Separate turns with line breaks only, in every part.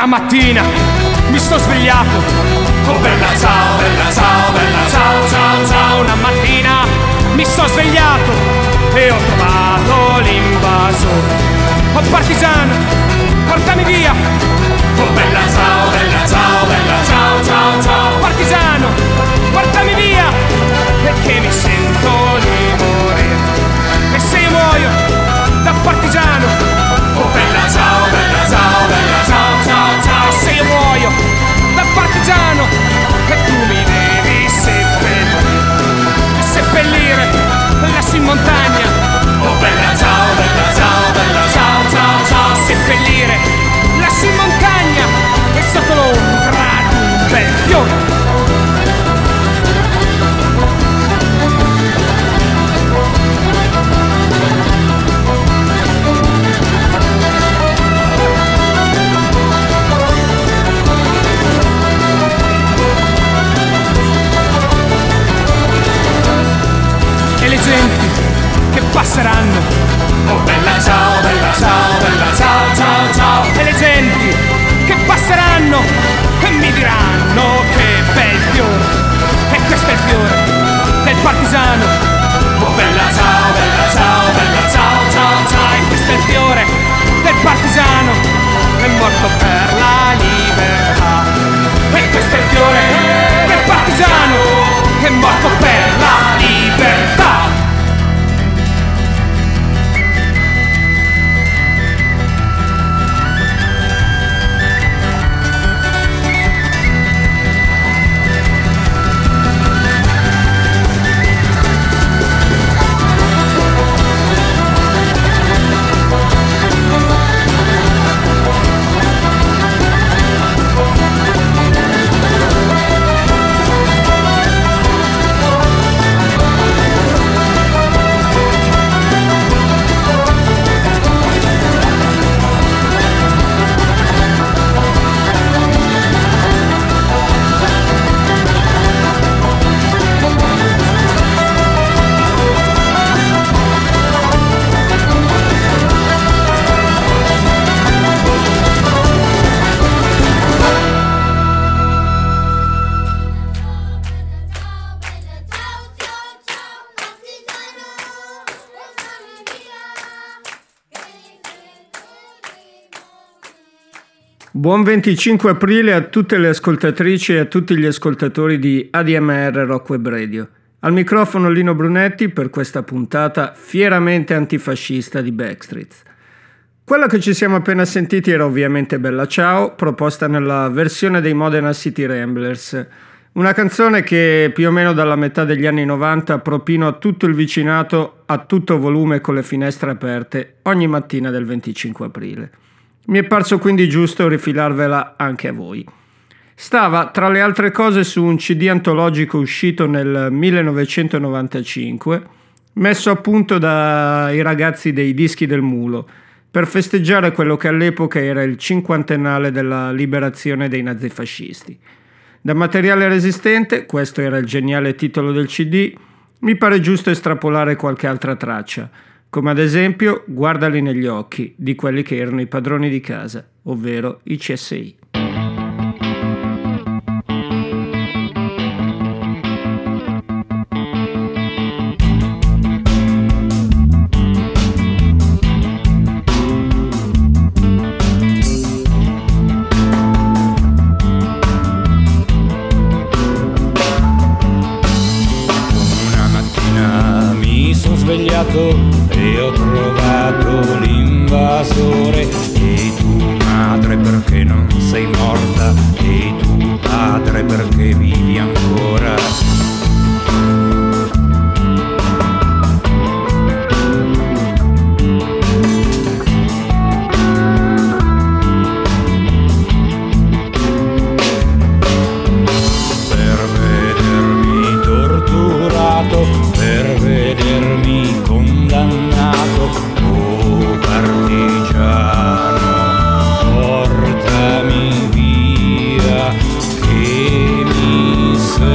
mattina mi sto svegliato. Oh bella ciao, bella ciao, bella ciao, ciao, ciao. Una mattina mi sto svegliato e ho trovato l'invasore. Oh partigiano, portami via. Oh bella ciao, bella ciao, bella ciao, ciao, ciao. Partigiano, portami via, perché mi sento di morire. E se io muoio da partigiano, oh bella ciao, bella ciao, bella ciao, ciao, ciao. Se io muoio da partigiano e tu mi devi seppellire lassù in montagna. Oh bella ciao, bella ciao, bella ciao, ciao, ciao. Seppellire lassù in montagna e sotto l'ombra di un bel fiore. Che passeranno, oh bella ciao, bella ciao, bella ciao, ciao, ciao. E le genti che passeranno e mi diranno che bel fiore. E questo è il fiore del partigiano. Oh bella ciao, bella ciao, bella ciao, ciao, ciao. E questo è il fiore del partigiano, è morto per la libertà. E questo è il fiore del partigiano, è morto per la libertà.
Buon 25 aprile a tutte le ascoltatrici e a tutti gli ascoltatori di ADMR Rock Web Radio. Al microfono Lino Brunetti per questa puntata fieramente antifascista di Backstreet. Quella che ci siamo appena sentiti era ovviamente Bella Ciao, proposta nella versione dei Modena City Ramblers, una canzone che più o meno dalla metà degli anni 90 propino a tutto il vicinato a tutto volume con le finestre aperte ogni mattina del 25 aprile. Mi è parso quindi giusto rifilarvela anche a voi. Stava, tra le altre cose, su un CD antologico uscito nel 1995, messo a punto dai ragazzi dei Dischi del Mulo, per festeggiare quello che all'epoca era il cinquantennale della liberazione dei nazifascisti. Da materiale resistente, questo era il geniale titolo del CD, mi pare giusto estrapolare qualche altra traccia, come ad esempio Guardali negli occhi di quelli che erano i padroni di casa, ovvero i CSI.
E ho trovato l'invasore. E tu madre perché non sei morta? E tu padre perché vivi ancora? Per vedermi torturato, per vedermi condannato, oh partigiano, portami via, che mi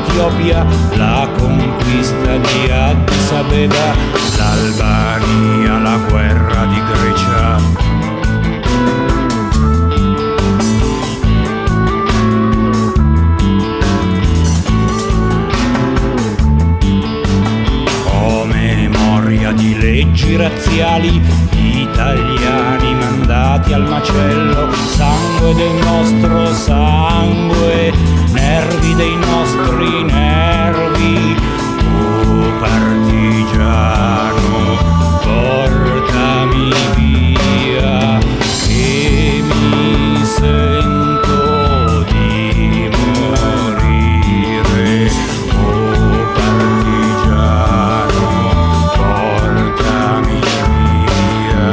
l'Etiopia, la conquista di Addis Abeba, l'Albania, la guerra di Grecia. Di leggi razziali, italiani mandati al macello, sangue del nostro sangue, nervi dei nostri nervi. Oh partigiano, portami via, che mi sento di morire. Oh partigiano, portami via.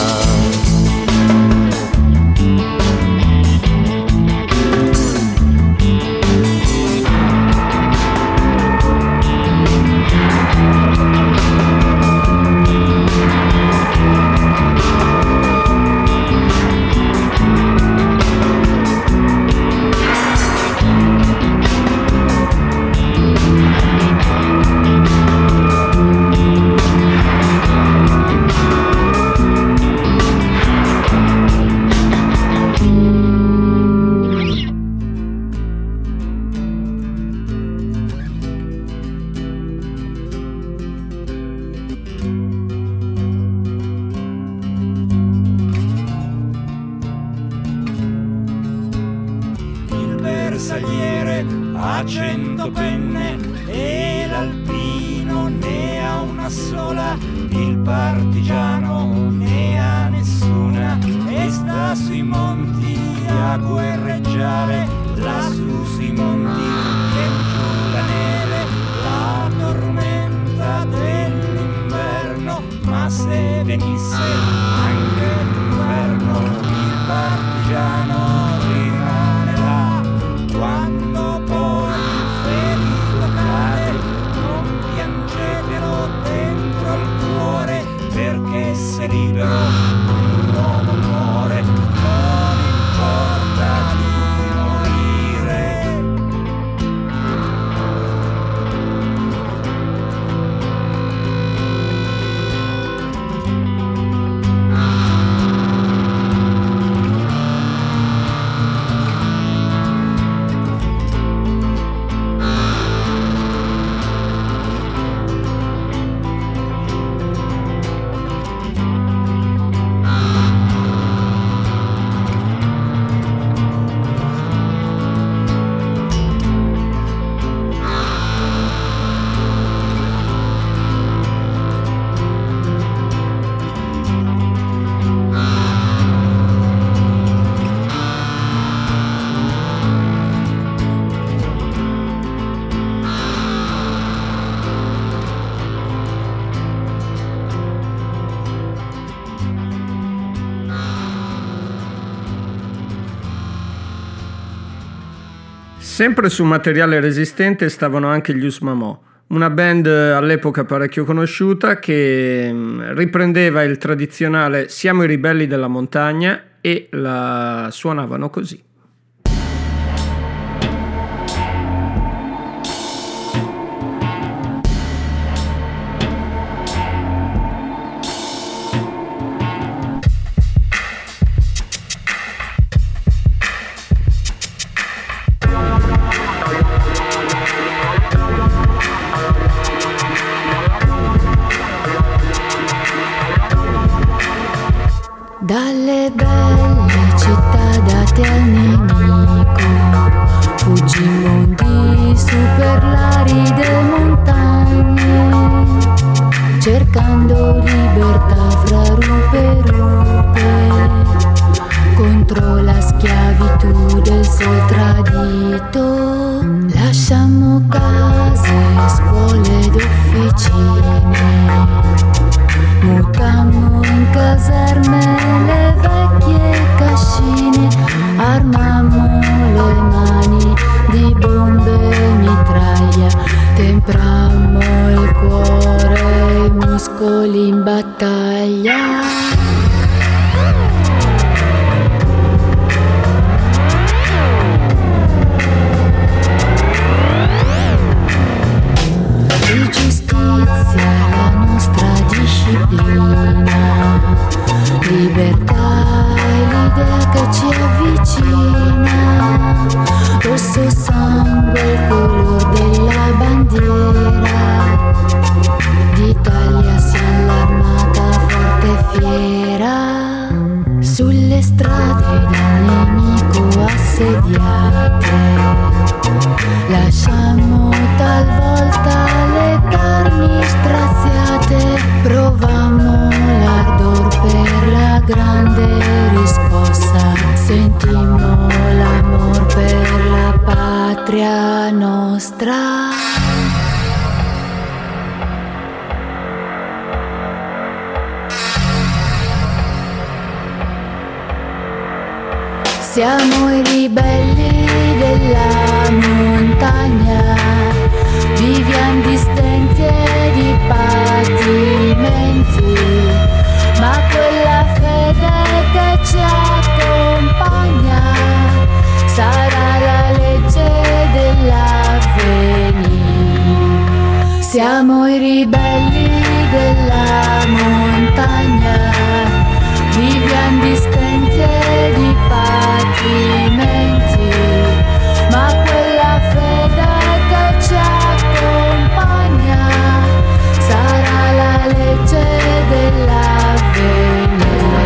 Bersagliere ha 100 penne e l'alpino ne ha una sola, il partigiano ne ha nessuna e sta sui monti a guerreggiare, lassù sui monti che giù la neve, la tormenta dell'inverno, ma se venisse anche l'inferno, il partigiano rimane là. Quando poi il ferito cade, non piangetelo dentro al cuore, perché se libero un uomo muore, non importa di morire.
Sempre su materiale resistente stavano anche gli Usmamò, una band all'epoca parecchio conosciuta che riprendeva il tradizionale Siamo i ribelli della montagna e la suonavano così.
Dalle belle città date al nemico, fuggimmo di su per l'aride montagne, cercando libertà fra rupe e rupe, contro la schiavitù del sol tradito. Lasciamo case, scuole ed officine, mutammo in caserme le vecchie cascine, armammo le mani di bombe e mitraglia, temprammo il cuore e i muscoli in battaglia. le strade dal nemico assediate, lasciamo talvolta le carni straziate, provammo l'ardor per la grande riscossa, sentimmo l'amor per la patria nostra. Siamo i ribelli della montagna, viviamo di stenti e di patimenti, ma quella fede che ci accompagna sarà la legge dell'avvenire. Siamo i ribelli della montagna, viviamo di stenti e di patimenti, ma quella fede che ci accompagna sarà la legge dell'avvenire.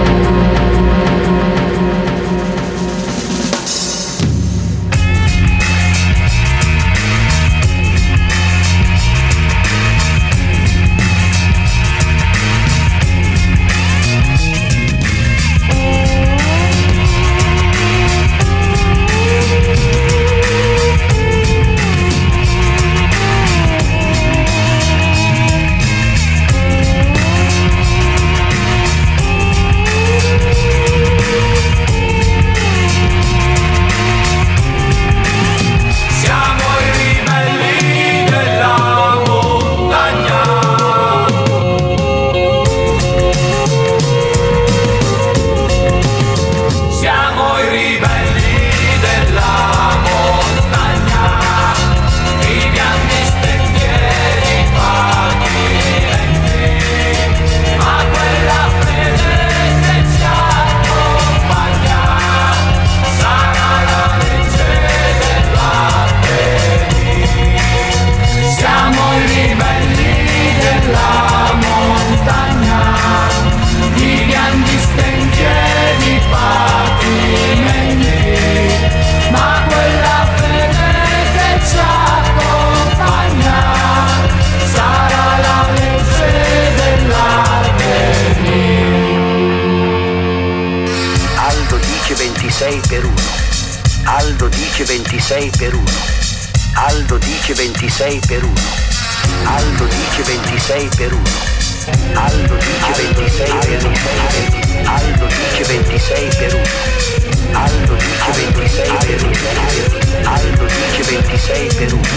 per 1. Aldo dice 26 per 1. Aldo dice 26 per 1. Aldo dice 26 per 1. Aldo dice 26 per 1. Aldo dice 26 per 1. Aldo dice 26 per 1. Aldo dice 26 per 1.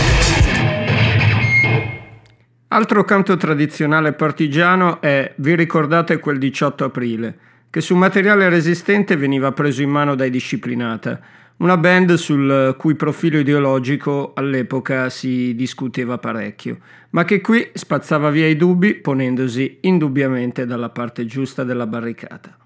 Altro canto tradizionale partigiano è Vi ricordate quel 18 aprile, che su materiale resistente veniva preso in mano dai Disciplinata, una band sul cui profilo ideologico all'epoca si discuteva parecchio, ma che qui spazzava via i dubbi ponendosi indubbiamente dalla parte giusta della barricata.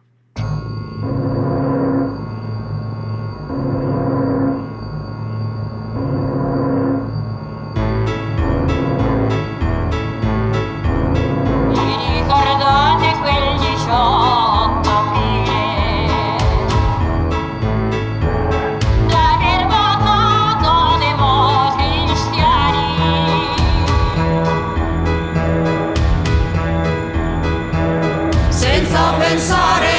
Senza pensare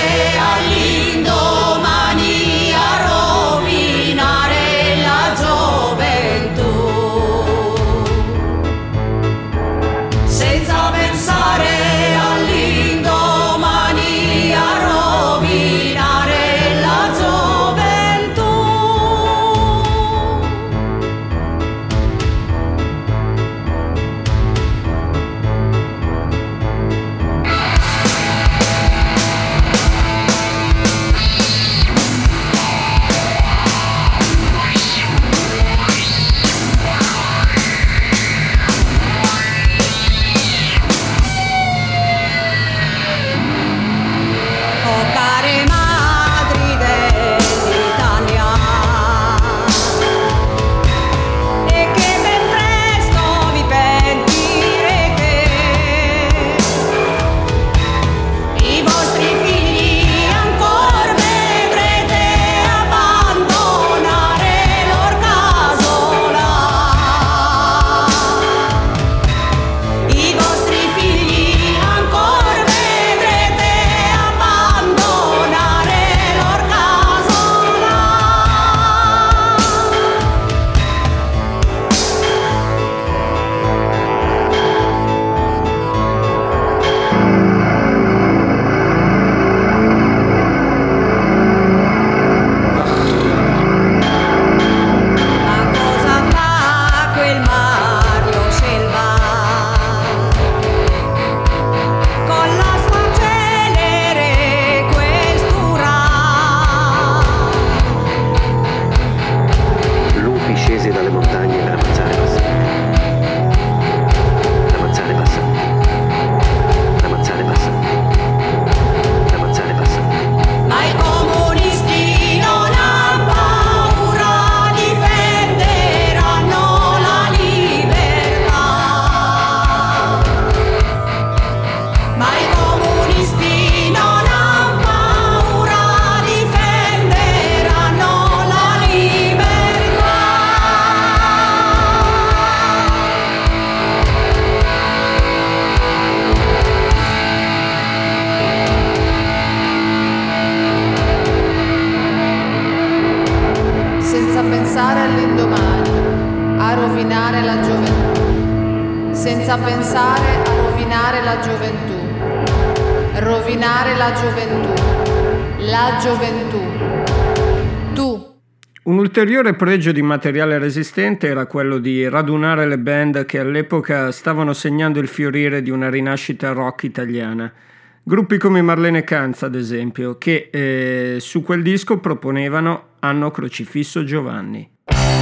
pensare all'indomani, a rovinare la gioventù, senza pensare a rovinare la gioventù, rovinare la gioventù, tu.
Un ulteriore pregio di Materiale Resistente era quello di radunare le band che all'epoca stavano segnando il fiorire di una rinascita rock italiana. Gruppi come Marlene Canza, ad esempio, che su quel disco proponevano Hanno crocifisso Giovanni.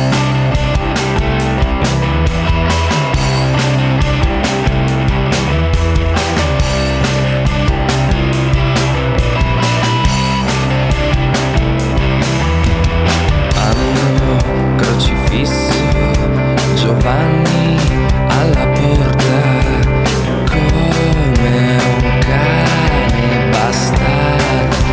Giovanni alla porta come un cane bastardo.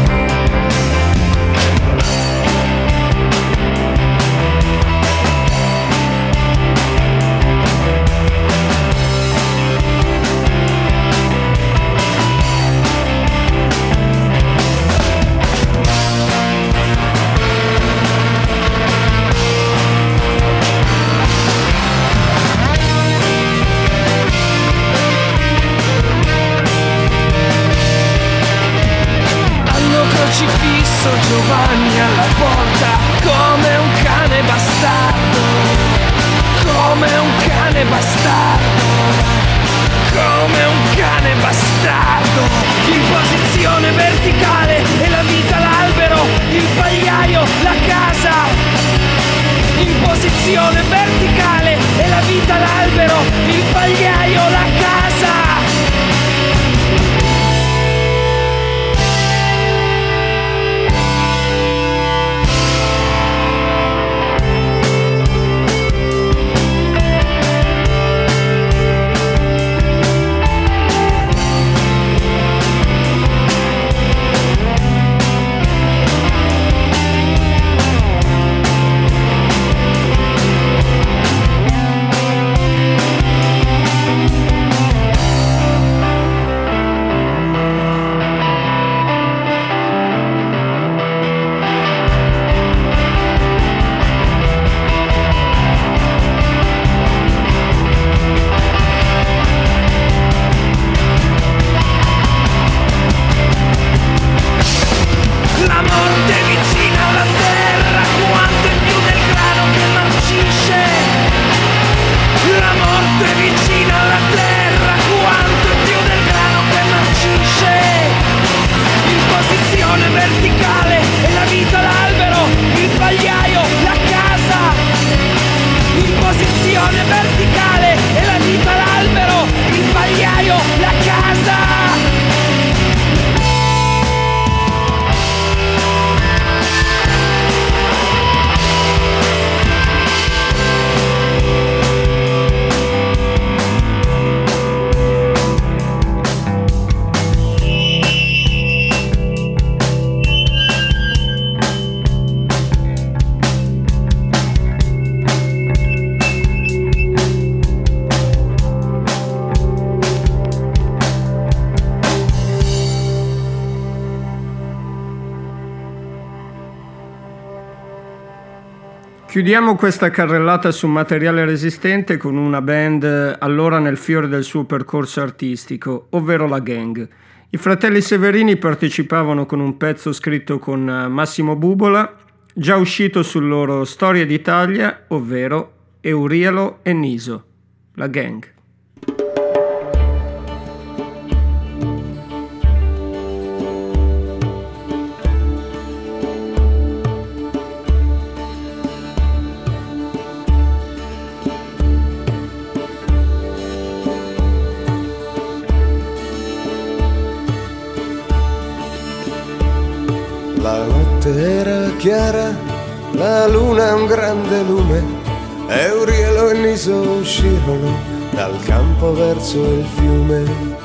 Crocifisso Giovanni alla porta come un cane bastardo, come un cane bastardo, come un cane bastardo, in posizione verticale e la vita l'albero, il pagliaio la casa, in posizione verticale e la vita l'albero, il pagliaio la casa.
Chiudiamo questa carrellata su Materiale Resistente con una band allora nel fiore del suo percorso artistico, ovvero la Gang. I fratelli Severini partecipavano con un pezzo scritto con Massimo Bubola, già uscito sul loro Storie d'Italia, ovvero Eurialo e Niso, la Gang.
La notte era chiara, la luna un grande lume, Eurialo e Niso uscirono dal campo verso il fiume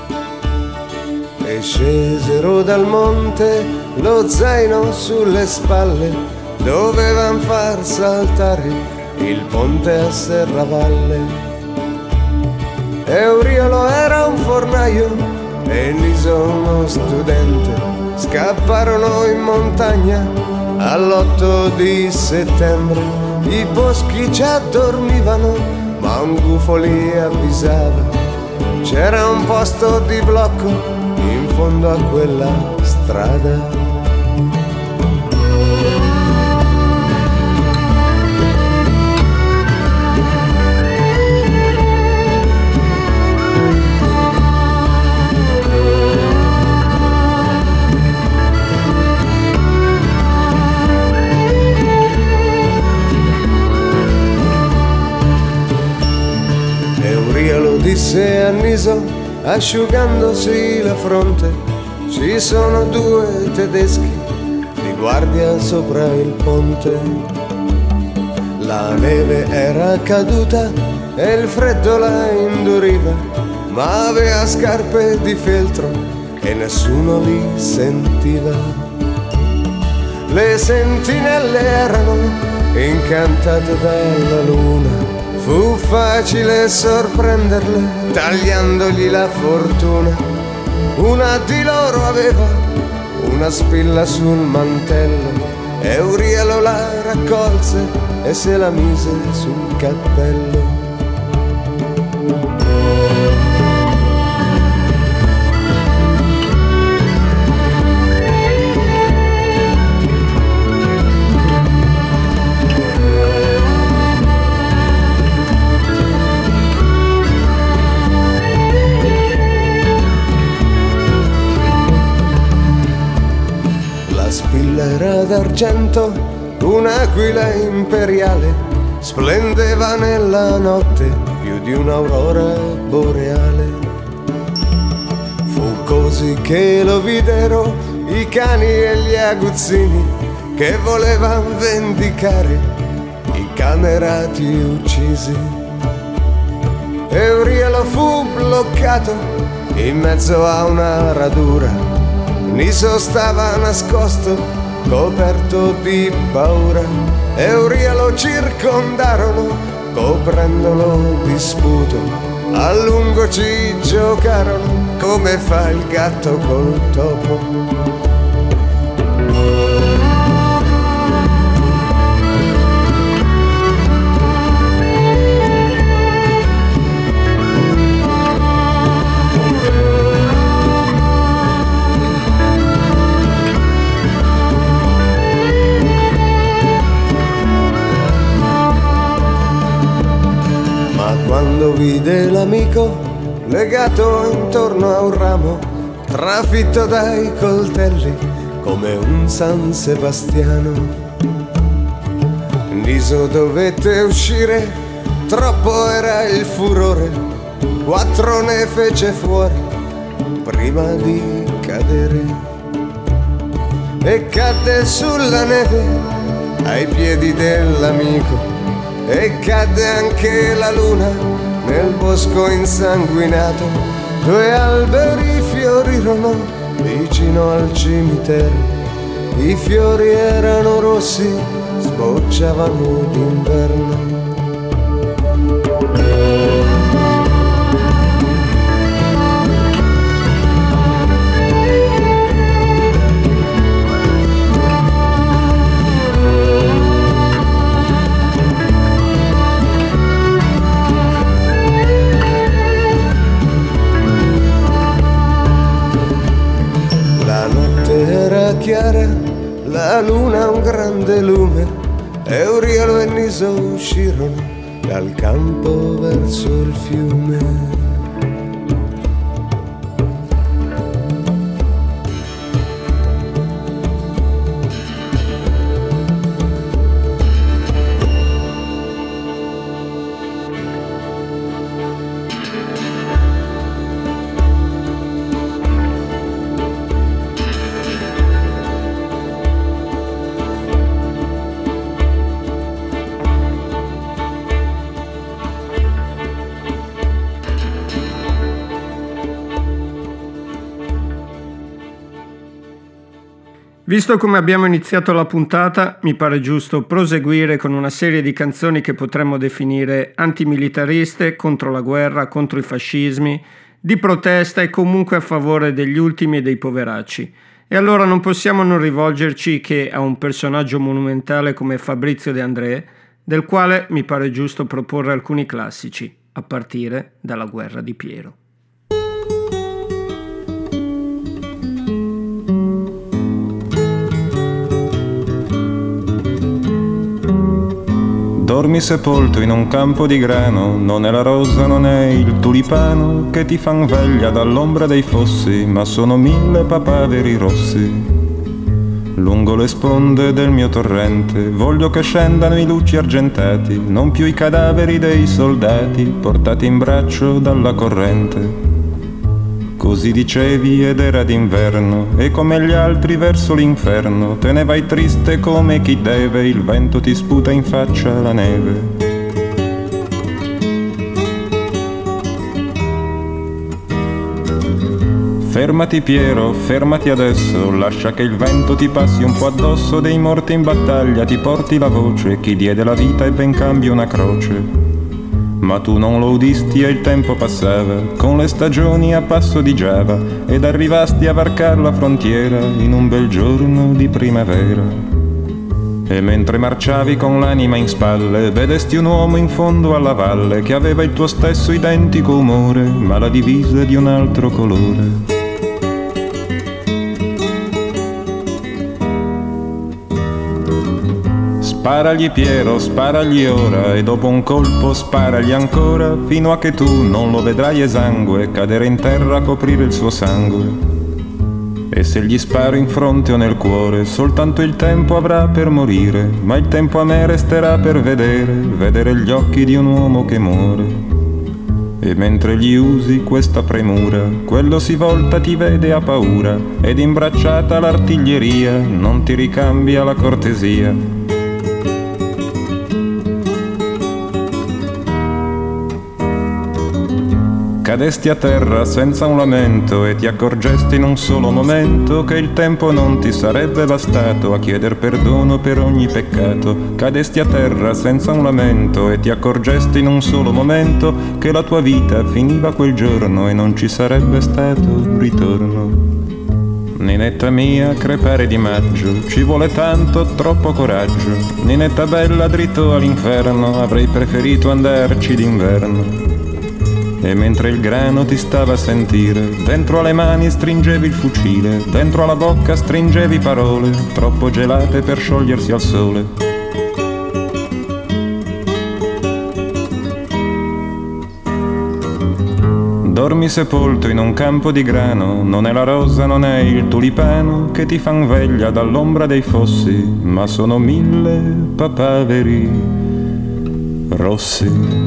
e scesero dal monte, lo zaino sulle spalle, dovevan far saltare il ponte a Serravalle. Eurialo era un fornaio e Niso uno studente, scapparono in montagna all'8 di settembre i boschi già dormivano, ma un gufo li avvisava. C'era un posto di blocco in fondo a quella strada. Lo disse a Niso, asciugandosi la fronte: ci sono due tedeschi di guardia sopra il ponte. La neve era caduta e il freddo la induriva, ma aveva scarpe di feltro e nessuno li sentiva. Le sentinelle erano incantate dalla luna, fu facile sorprenderle tagliandogli la fortuna. Una di loro aveva una spilla sul mantello e Urielo la raccolse e se la mise sul cappello. Era d'argento, un'aquila imperiale, splendeva nella notte più di un'aurora boreale. Fu così che lo videro i cani e gli aguzzini che volevan vendicare i camerati uccisi. E Urielo fu bloccato in mezzo a una radura. Niso stava nascosto, coperto di paura, e Urielo circondarono, coprendolo di sputo. A lungo ci giocarono, come fa il gatto col topo. Quando vide l'amico legato intorno a un ramo, trafitto dai coltelli come un San Sebastiano, Niso dovette uscire, troppo era il furore. 4 ne fece fuori prima di cadere e cadde sulla neve ai piedi dell'amico. E cadde anche la luna nel bosco insanguinato. 2 alberi fiorirono vicino al cimitero. I fiori erano rossi, sbocciavano d'inverno. Chiara, la luna un grande lume, e Urielo e Niso uscirono dal campo verso il fiume.
Visto come abbiamo iniziato la puntata, mi pare giusto proseguire con una serie di canzoni che potremmo definire antimilitariste, contro la guerra, contro i fascismi, di protesta e comunque a favore degli ultimi e dei poveracci. E allora non possiamo non rivolgerci che a un personaggio monumentale come Fabrizio De André, del quale mi pare giusto proporre alcuni classici, a partire dalla Guerra di Piero.
Dormi sepolto in un campo di grano, non è la rosa, non è il tulipano che ti fan veglia dall'ombra dei fossi, ma sono 1000 papaveri rossi. Lungo le sponde del mio torrente voglio che scendano i luci argentati, non più i cadaveri dei soldati portati in braccio dalla corrente. Così dicevi ed era d'inverno, e come gli altri verso l'inferno te ne vai triste come chi deve, il vento ti sputa in faccia la neve. Fermati Piero, fermati adesso, lascia che il vento ti passi un po' addosso, dei morti in battaglia ti porti la voce, chi diede la vita e ben cambia una croce. Ma tu non lo udisti e il tempo passava, con le stagioni a passo di Giava, ed arrivasti a varcar la frontiera in un bel giorno di primavera. E mentre marciavi con l'anima in spalle, vedesti un uomo in fondo alla valle, che aveva il tuo stesso identico umore, ma la divisa di un altro colore. Sparagli Piero, sparagli ora, e dopo un colpo sparagli ancora, fino a che tu non lo vedrai esangue, cadere in terra a coprire il suo sangue. E se gli sparo in fronte o nel cuore, soltanto il tempo avrà per morire, ma il tempo a me resterà per vedere gli occhi di un uomo che muore. E mentre gli usi questa premura, quello si volta, ti vede a paura, ed imbracciata l'artiglieria non ti ricambia la cortesia. Cadesti a terra senza un lamento e ti accorgesti in un solo momento che il tempo non ti sarebbe bastato a chieder perdono per ogni peccato. Cadesti a terra senza un lamento e ti accorgesti in un solo momento che la tua vita finiva quel giorno e non ci sarebbe stato ritorno. Ninetta mia, crepare di maggio, ci vuole tanto, troppo coraggio. Ninetta bella, dritto all'inferno, avrei preferito andarci d'inverno. E mentre il grano ti stava a sentire, dentro alle mani stringevi il fucile, dentro alla bocca stringevi parole, troppo gelate per sciogliersi al sole. Dormi sepolto in un campo di grano, non è la rosa, non è il tulipano che ti fan veglia dall'ombra dei fossi, ma sono 1000 papaveri rossi.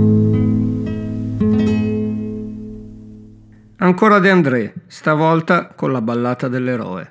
Ancora De André, stavolta con la ballata dell'eroe.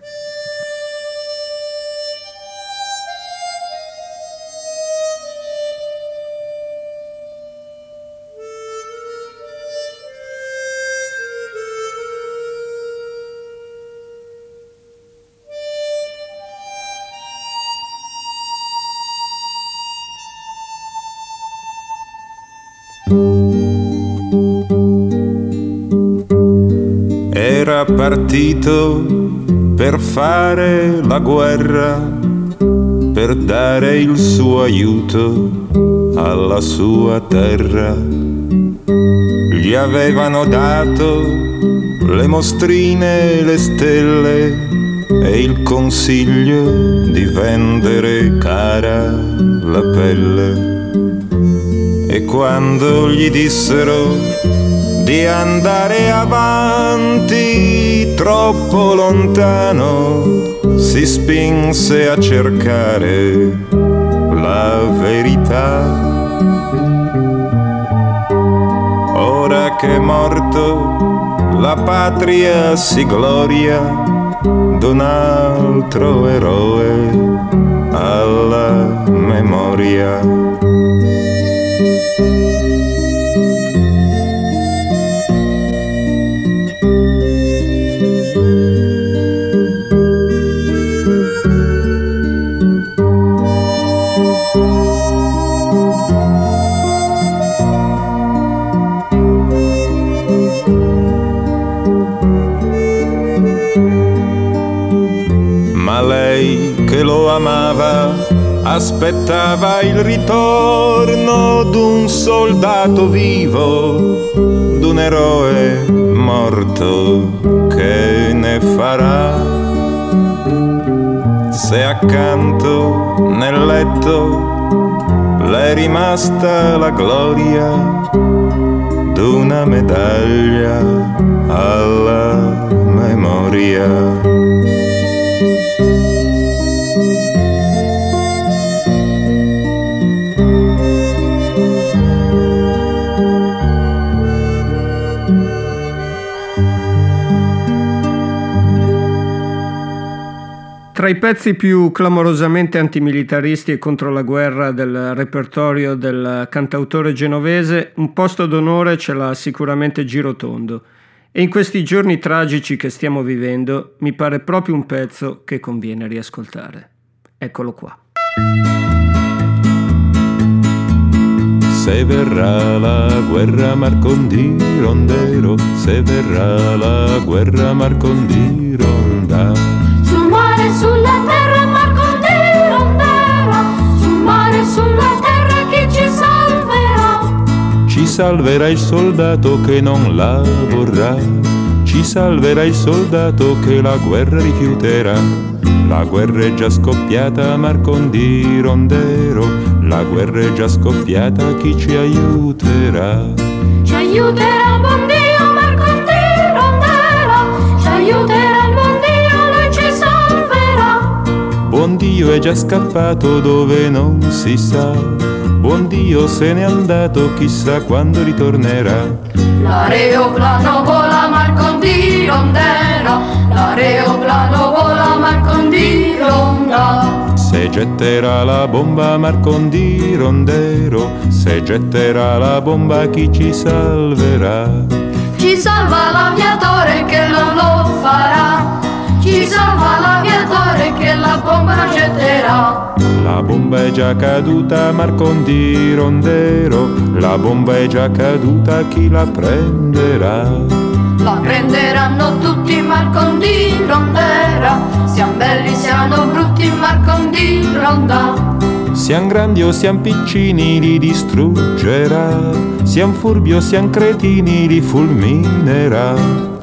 Era partito per fare la guerra, per dare il suo aiuto alla sua terra. Gli avevano dato le mostrine e le stelle e il consiglio di vendere cara la pelle. E quando gli dissero di andare avanti troppo lontano, si spinse a cercare la verità. Ora che è morto, la patria si gloria d'un altro eroe alla memoria. aspettava il ritorno d'un soldato vivo, d'un eroe morto che ne farà. Se accanto nel letto le è rimasta la gloria d'una medaglia alla memoria.
Tra i pezzi più clamorosamente antimilitaristi e contro la guerra del repertorio del cantautore genovese, un posto d'onore ce l'ha sicuramente Girotondo. E in questi giorni tragici che stiamo vivendo, mi pare proprio un pezzo che conviene riascoltare. Eccolo qua.
Se verrà la guerra Marcondi Rondero, se verrà la guerra Marcondi Ronda.
Sul mare, sulla terra, Marcondi Rondera. Sul mare, sulla terra, chi ci salverà?
Ci salverà il soldato che non la vorrà. Ci salverà il soldato che la guerra rifiuterà. La guerra è già scoppiata, Marcondi Rondero. La guerra è già scoppiata, chi ci aiuterà?
Ci aiuterà il buon Dio, Marcondi Rondera. Ci aiuterà il buon Dio, lui ci salverà.
Buon Dio è già scappato dove non si sa. Buon Dio se n'è andato, chissà quando ritornerà.
L'aeroplano vola, Marcondi Rondera. L'aeroplano vola, Marcondi Ronda.
Se getterà la bomba Marcondi Rondero, se getterà la bomba chi ci salverà?
Ci salva l'aviatore che non lo farà. Ci salva l'aviatore che la bomba non getterà.
La bomba è già caduta Marcondi Rondero, la bomba è già caduta, chi la prenderà?
La prenderanno tutti Marcondi Rondera. Siamo belli, siamo brutti Marcondi Ronda.
Siam grandi o siam piccini li distruggerà, siam furbi o siam cretini li fulminerà.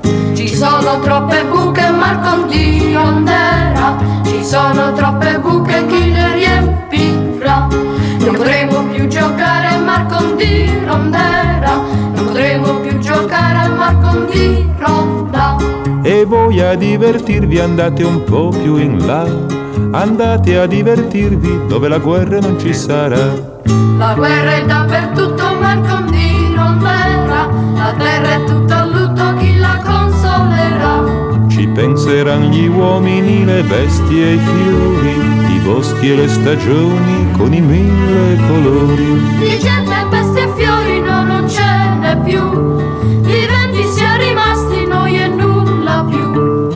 Ci sono troppe buche Marcondi Rondera. Ci sono troppe buche, chi le riempirà? Non potremo più giocare a Marcondi Rondera. Non potremo più giocare a Marcondi Ronda.
E voi a divertirvi andate un po' più in là, andate a divertirvi dove la guerra non ci sarà.
La guerra è dappertutto Marcondi Rondera. La terra è tutta a lutto, chi la consolerà?
Ci penseranno gli uomini, le bestie e i fiori, i boschi e le stagioni con i 1000 colori.
Di gente, bestie e fiori no, non ce n'è più. Viventi siamo rimasti noi e nulla più.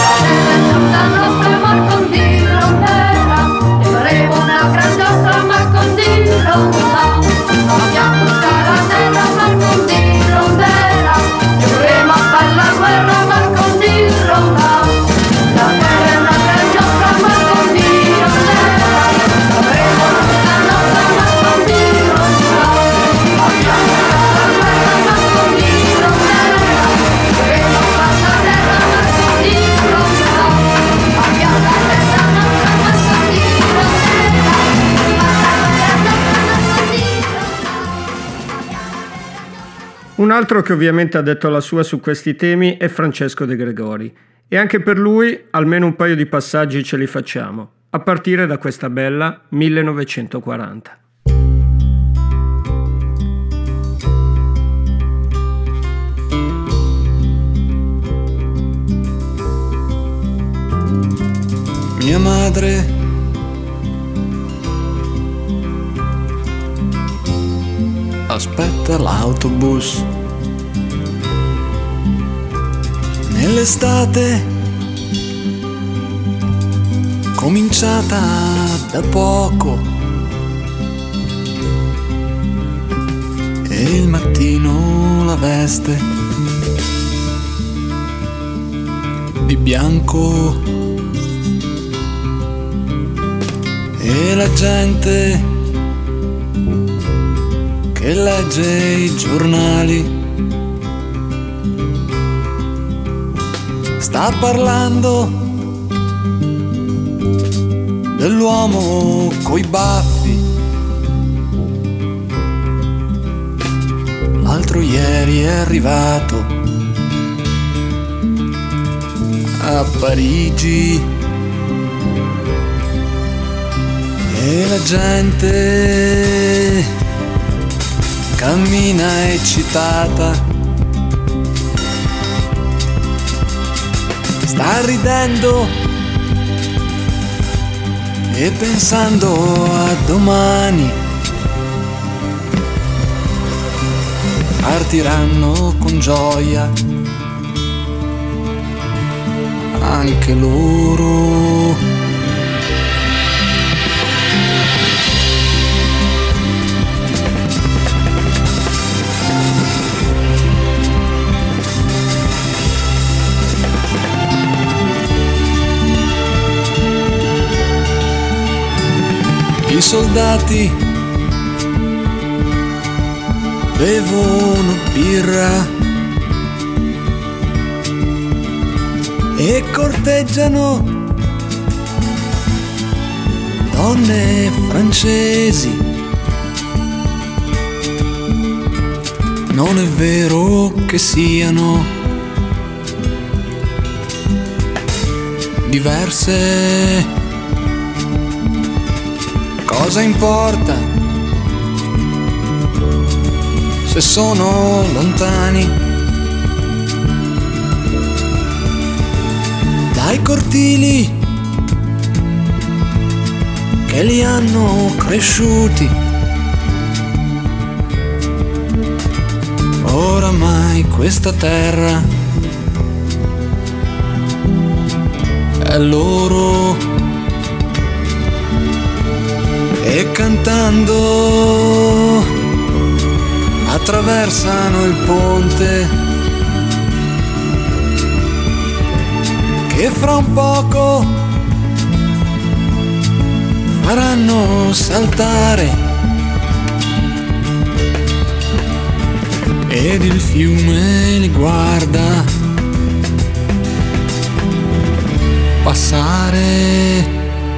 La tutta nostra Marcondi Rondera. E faremo una gran giostra Marcondi Ronda. Abbiamo tutta la terra Marcondi Rondera. Giocheremo a fare la guerra Marcondi Ronda. La terra è una gran giostra Marcondi Rondera. Avremo tutta nostra Marcondi Ronda. Abbiamo tutta la guerra Marcondi Rondera. Giocheremo a fare la terra Marcondi Ronda. Abbiamo la terra nostra Marcondi Rondera.
Un altro che ovviamente ha detto la sua su questi temi è Francesco De Gregori, e anche per lui almeno un paio di passaggi ce li facciamo, a partire da questa bella 1940.
Mia madre aspetta l'autobus. Nell'estate cominciata da poco e il mattino la veste di bianco e la gente che legge i giornali sta parlando dell'uomo coi baffi. L'altro ieri è arrivato a Parigi e la gente cammina eccitata, sta ridendo e pensando a domani. Partiranno con gioia anche loro. I soldati bevono birra e corteggiano donne francesi. Non è vero che siano diverse. Cosa importa se sono lontani dai cortili che li hanno cresciuti? Oramai questa terra è loro. E cantando attraversano il ponte che fra un poco faranno saltare, ed il fiume li guarda passare.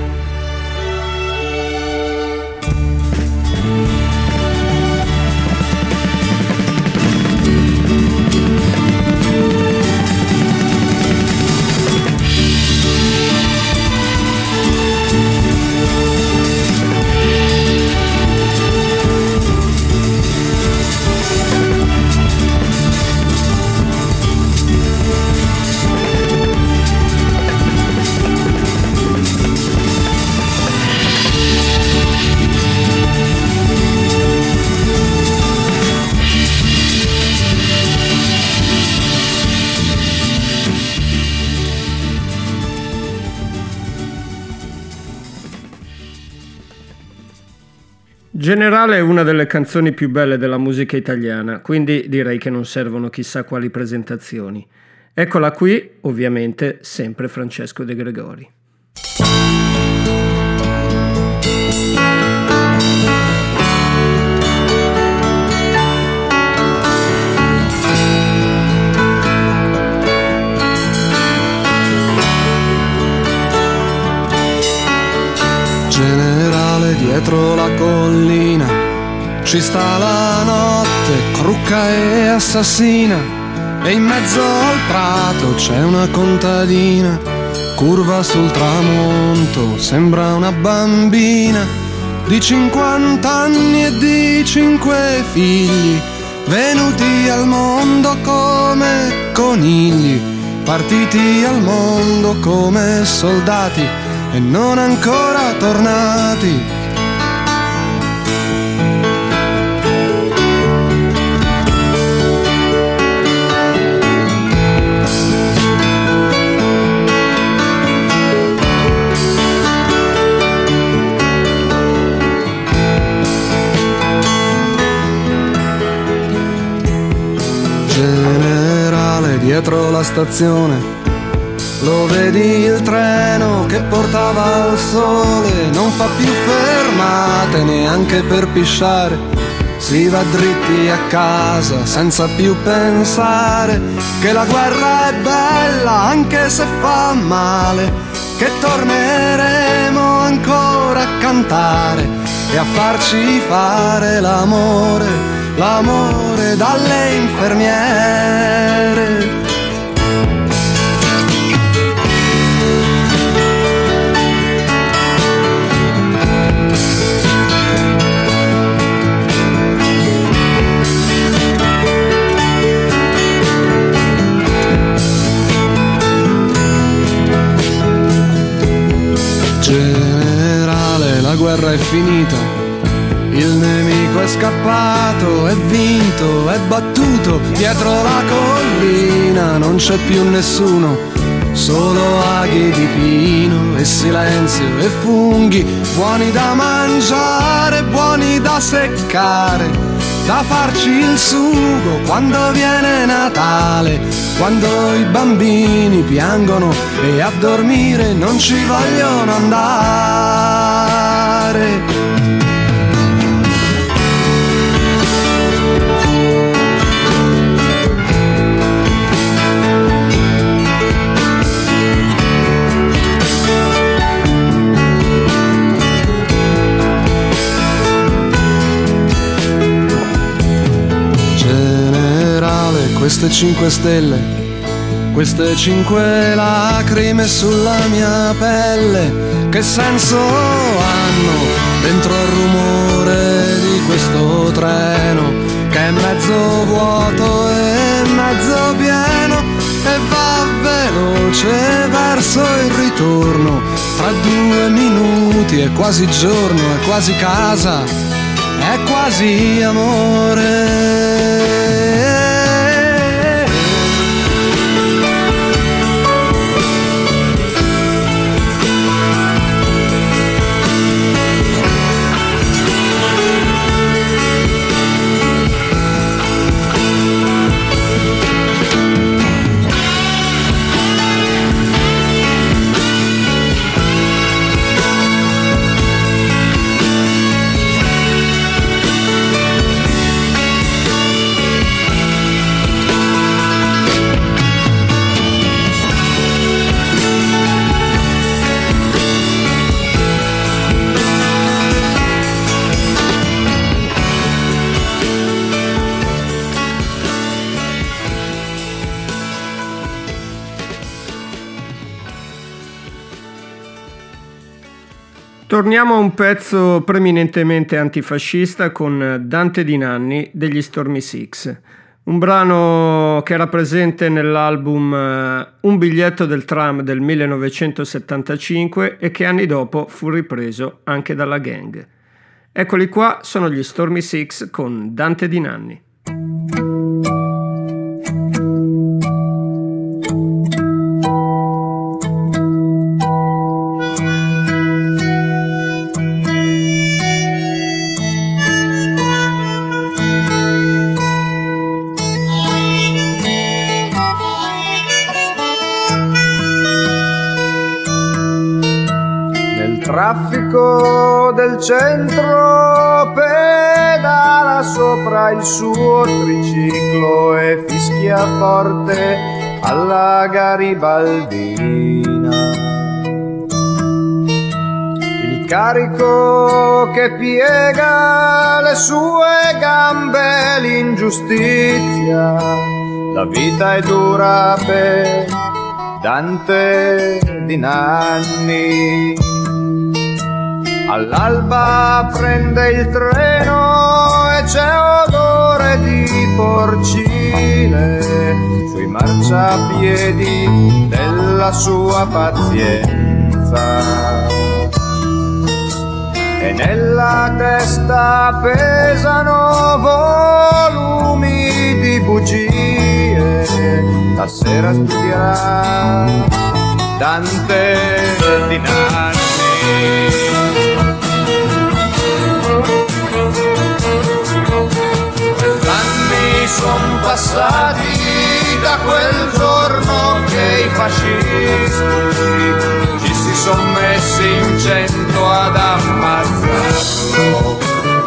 Generale è una delle canzoni più belle della musica italiana, quindi direi che non servono chissà quali presentazioni. Eccola qui, ovviamente, sempre Francesco De Gregori.
Generale, dietro la collina ci sta la notte, crucca e assassina, e in mezzo al prato c'è una contadina, curva sul tramonto, sembra una bambina di 50 anni e di 5 figli, venuti al mondo come conigli, partiti al mondo come soldati e non ancora tornati. Generale, dietro la stazione Lo vedi il treno che portava al sole, non fa più fermate neanche per pisciare. Si va dritti a casa senza più pensare che la guerra è bella anche se fa male, che torneremo ancora a cantare e a farci fare l'amore, l'amore dalle infermiere. Generale, la guerra è finita, il nemico è scappato, è vinto, è battuto, dietro la collina non c'è più nessuno, solo aghi di pino e silenzio e funghi, buoni da mangiare, buoni da seccare, da farci il sugo quando viene Natale, quando i bambini piangono e a dormire non ci vogliono andare. Queste 5 stelle, queste 5 lacrime sulla mia pelle, che senso hanno dentro al rumore di questo treno, che è mezzo vuoto e mezzo pieno, e va veloce verso il ritorno, tra 2 minuti è quasi giorno, è quasi casa, è quasi amore.
Torniamo a un pezzo preminentemente antifascista con Dante Di Nanni degli Stormy Six, un brano che era presente nell'album Un biglietto del tram del 1975 e che anni dopo fu ripreso anche dalla Gang. Eccoli qua, sono gli Stormy Six con Dante Di Nanni.
Traffico del centro pedala sopra il suo triciclo e fischia forte alla garibaldina. Il carico che piega le sue gambe, l'ingiustizia, la vita è dura per Dante Di Nanni. All'alba prende il treno e c'è odore di porcile sui marciapiedi della sua pazienza. E nella testa pesano volumi di bugie, la sera studierà Dante Di Nanni. Anni son passati da quel giorno che i fascisti ci si son messi in 100 ad ammazzarlo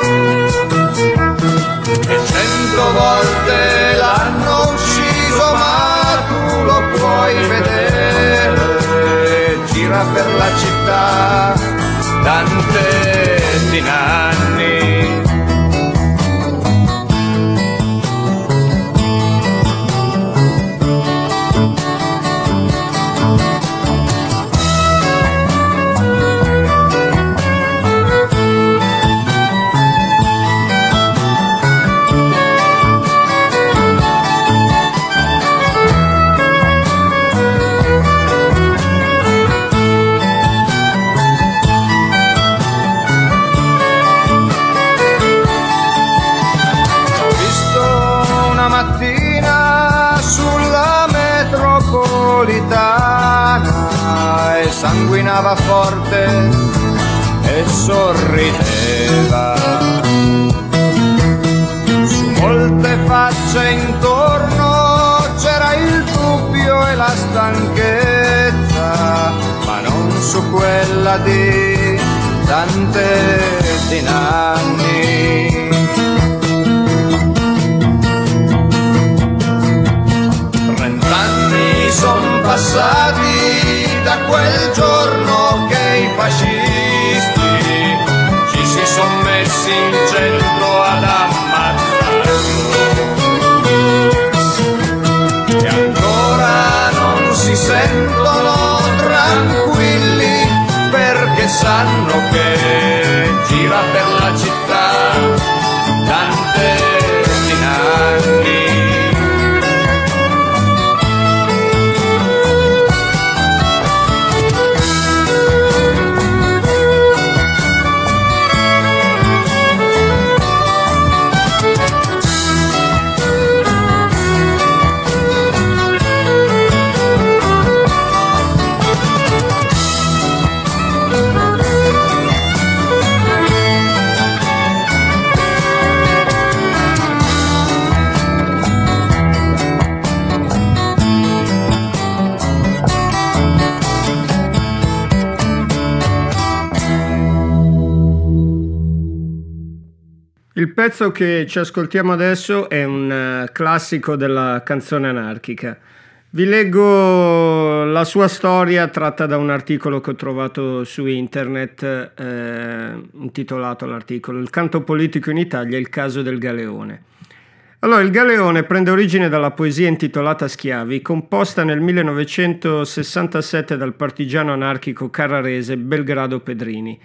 e 100 volte l'hanno ucciso, ma tu lo puoi vedere, gira per la città Dante di Nanni. E sanguinava forte e sorrideva, su molte facce intorno c'era il dubbio e la stanchezza, ma non su quella di Dante di Nanni. 30 anni son passati da quel giorno che i fascisti ci si son messi in 100 ad ammazzarlo e ancora non si sentono tranquilli perché sanno che gira per la città Dante di Nanni.
Il pezzo che ci ascoltiamo adesso è un classico della canzone anarchica. Vi leggo la sua storia tratta da un articolo che ho trovato su internet, intitolato l'articolo "Il canto politico in Italia, il caso del Galeone". Allora, il Galeone prende origine dalla poesia intitolata Schiavi, composta nel 1967 dal partigiano anarchico carrarese Belgrado Pedrini.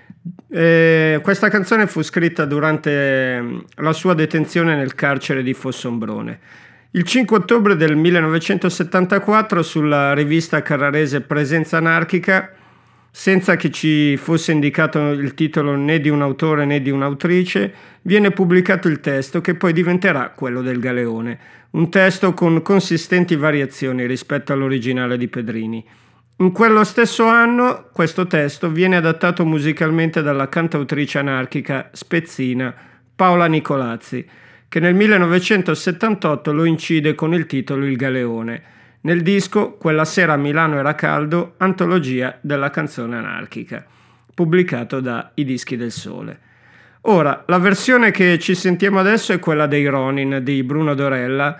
Questa canzone fu scritta durante la sua detenzione nel carcere di Fossombrone. Il 5 ottobre del 1974 sulla rivista carrarese Presenza Anarchica, senza che ci fosse indicato il titolo né di un autore né di un'autrice, viene pubblicato il testo che poi diventerà quello del Galeone, un testo con consistenti variazioni rispetto all'originale di Pedrini. In quello stesso anno questo testo viene adattato musicalmente dalla cantautrice anarchica spezzina Paola Nicolazzi, che nel 1978 lo incide con il titolo Il Galeone, nel disco Quella sera a Milano era caldo, antologia della canzone anarchica, pubblicato da I Dischi del Sole. Ora, la versione che ci sentiamo adesso è quella dei Ronin di Bruno Dorella,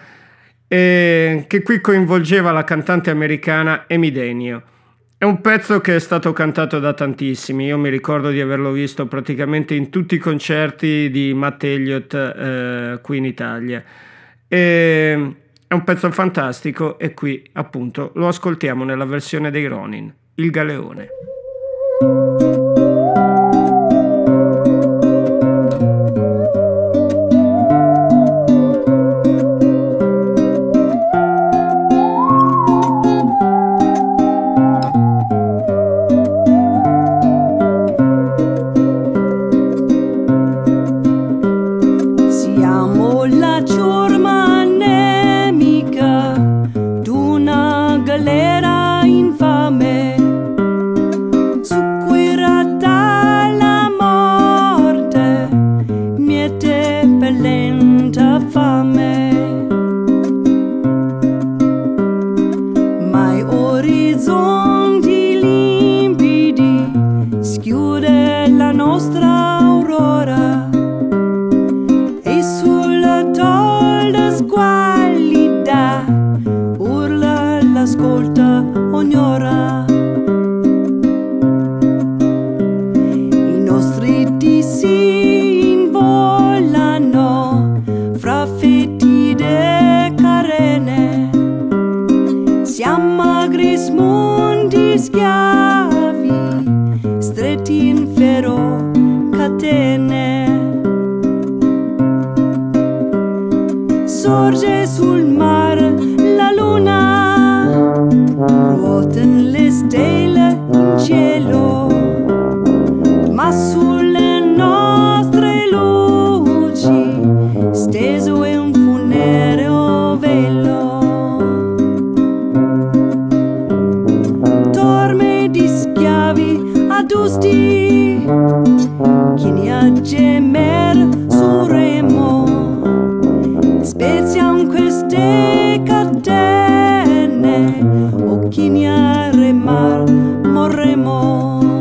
che qui coinvolgeva la cantante americana Amy Denio. È un pezzo che è stato cantato da tantissimi, io mi ricordo di averlo visto praticamente in tutti i concerti di Matt Elliott qui in Italia. È un pezzo fantastico e qui appunto lo ascoltiamo nella versione dei Ronin, Il Galeone.
la nostra aurora e sulla tolda squallida urla l'ascolta ogni ora. I nostri dissi involano fra fetide carene, siamo magri smondi schiavi stretti in ferro catene. Sorge sul mar la luna, ruoten le stelle in cielo, ma sulle nostre luci steso è un funereo velo. Torme di schiavi addusti, chini a gemer sul remo, speziam queste catene, o chini a remar morremo.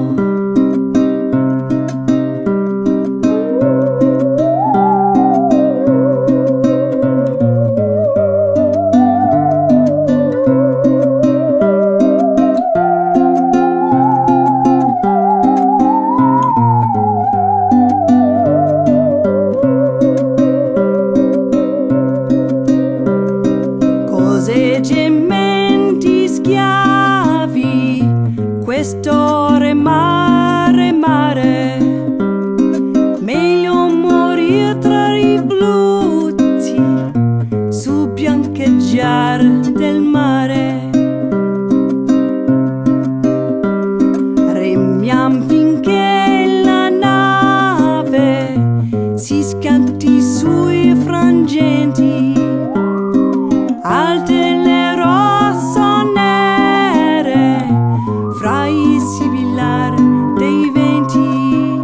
Cose gementi schiavi, questo remare mare, meglio morire tra riblutti su biancheggiar del mare. Remiam finché la nave si scanti sui frangenti, alte le rosso nere fra i sibillar dei venti,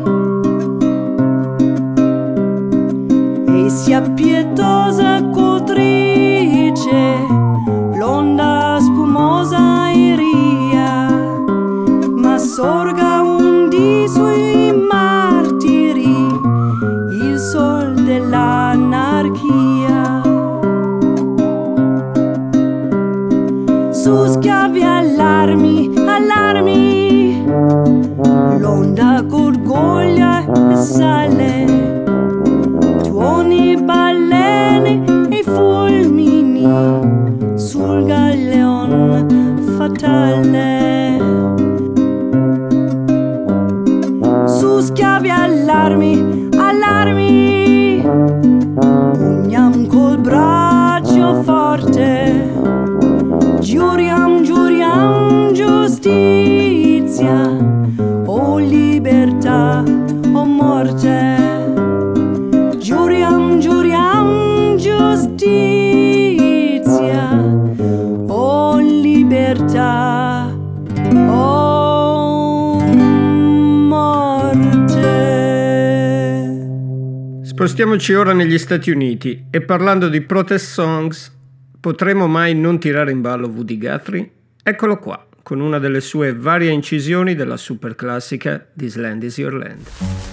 e sia pietosa cotrice l'onda spumosa iria, ma sorga un dì sui martiri il sol dell'anarchia. Su schiavi allarmi, allarmi, l'onda gorgoglia e sale, tuoni, balene e fulmini sul galleon fatale. Su schiavi allarmi, allarmi, pugniam col braccio forte, giuriam, giuriam giustizia, o libertà o morte. Giuriam, giuriam giustizia, o libertà o morte.
Spostiamoci ora negli Stati Uniti e parlando di protest songs, potremo mai non tirare in ballo Woody Guthrie? Eccolo qua, con una delle sue varie incisioni della super classica This Land Is Your Land.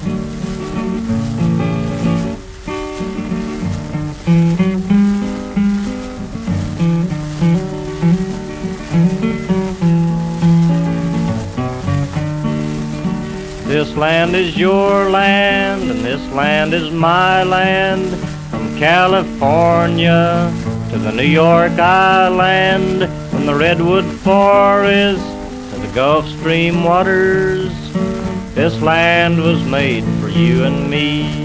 This land is your land, and this land is my land, from California to the New York Island, from the Redwood Forest to the Gulf Stream waters. This land was made for you and me.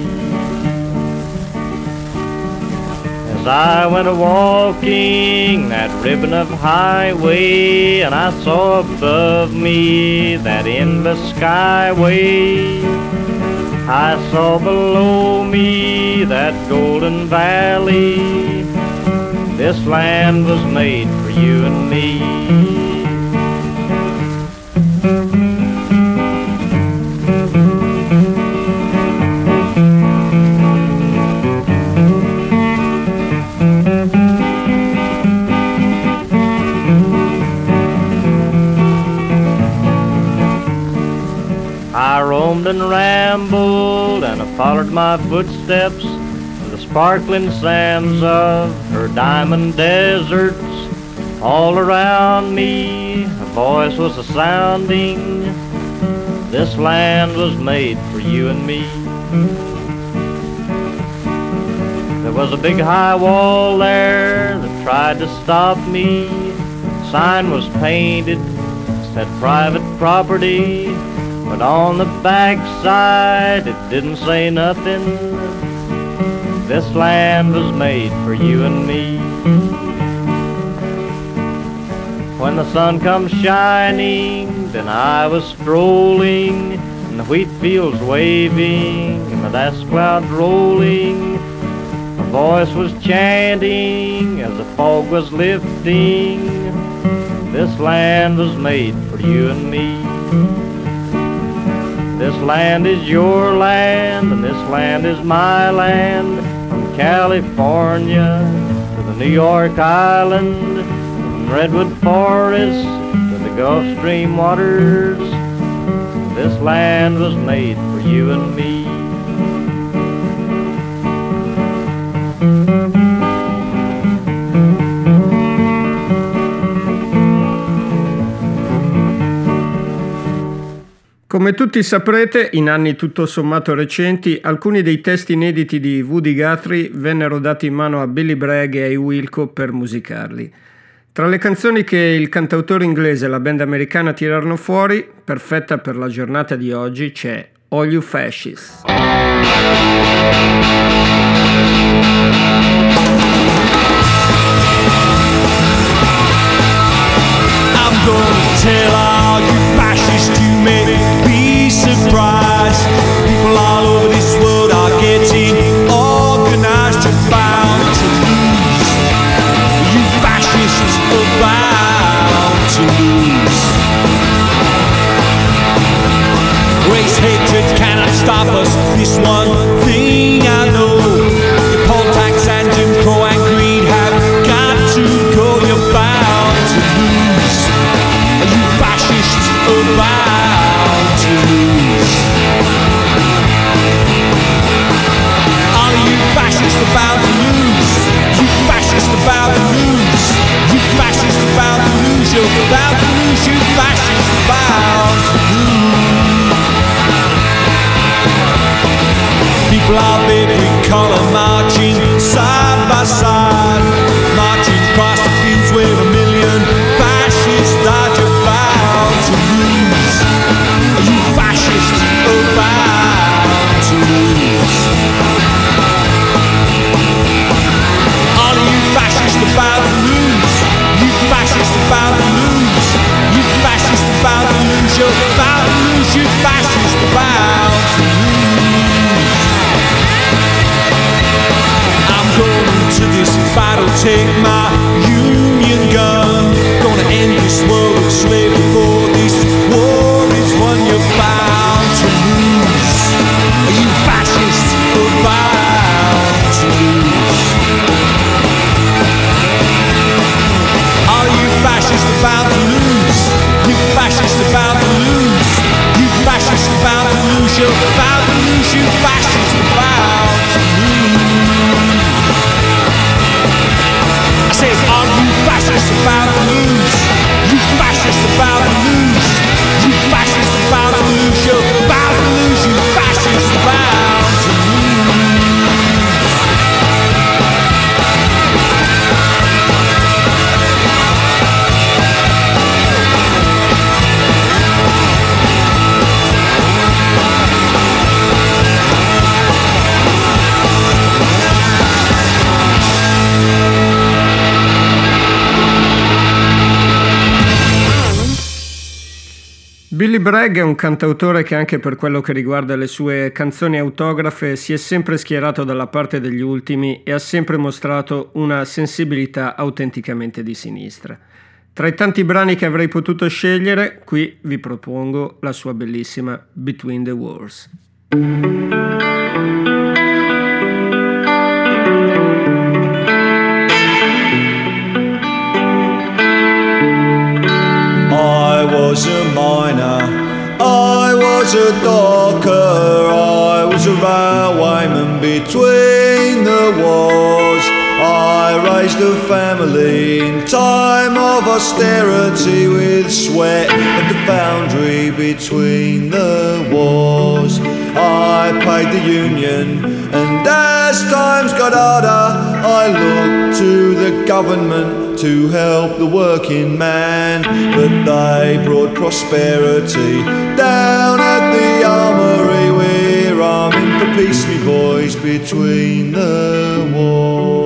As I went a-walking that ribbon of highway, and I saw above me that endless skyway, I saw below me that golden valley. This land was made for you and me. I roamed and rambled and I followed my footsteps to the sparkling sands of her diamond deserts. All around me a voice was a-sounding, this land was made for you and me. There was a big high wall there that tried to stop me. The sign was painted, said private property, but on the backside it didn't say nothing. This land was made for you and me. When the sun comes shining, then I was strolling, and the wheat fields waving, and the dust clouds rolling. A voice was chanting as the fog was lifting, this land was made for you and me. This land is your land, and this land is my land. From California to the New York Island, from Redwood Forest to the Gulf Stream waters, this land was made for you and me.
Come tutti saprete, in anni tutto sommato recenti, alcuni dei testi inediti di Woody Guthrie vennero dati in mano a Billy Bragg e ai Wilco per musicarli. Tra le canzoni che il cantautore inglese e la band americana tirarono fuori, perfetta per la giornata di oggi, c'è All You Fascists.
I'm gonna tell all you fascists you may be surprised. People all over this world are getting organized. You're bound to lose. You fascists are bound to lose. Race hatred cannot stop us. This one thing I know. The poll tax and Jim Crow and greed have got to go. You're bound to lose. You fascists are bound to lose. All of you fascists are bound to lose. You fascists are bound to lose. You fascists are bound to lose. You're bound to lose. You fascists are bound to lose. People of every color marching side by side, marching across the fields where a million fascists died. You're bound to lose. You fascists are bound to lose. All of you fascists are bound to lose. You fascists are bound to lose. You fascists are bound to lose. You're bound to lose. You fascists are bound to lose. I'm going to this battle, take my Union gun. Gonna end this world of slavery before this war is won. You're bound to lose. You fascists are bound to lose. All you fascists are bound to lose. You fascists are bound to lose. You fascists are bound to lose. You're bound to lose. You fascists are bound to lose. I say, all you fascists are bound to lose. You fascists are bound to lose. You fascists are bound to lose. You're bound to lose. You fascists are bound to lose.
Billy Bragg è un cantautore che anche per quello che riguarda le sue canzoni autografe si è sempre schierato dalla parte degli ultimi e ha sempre mostrato una sensibilità autenticamente di sinistra. Tra i tanti brani che avrei potuto scegliere, qui vi propongo la sua bellissima Between the Wars.
I was a miner, I was a docker,
between the wars. I raised a family in time of austerity with sweat at the foundry between the wars. I paid the union, and as times got harder, I looked to the government to help the working man. But they brought prosperity down at the armory. We're arming for peace, me boys, between the wars.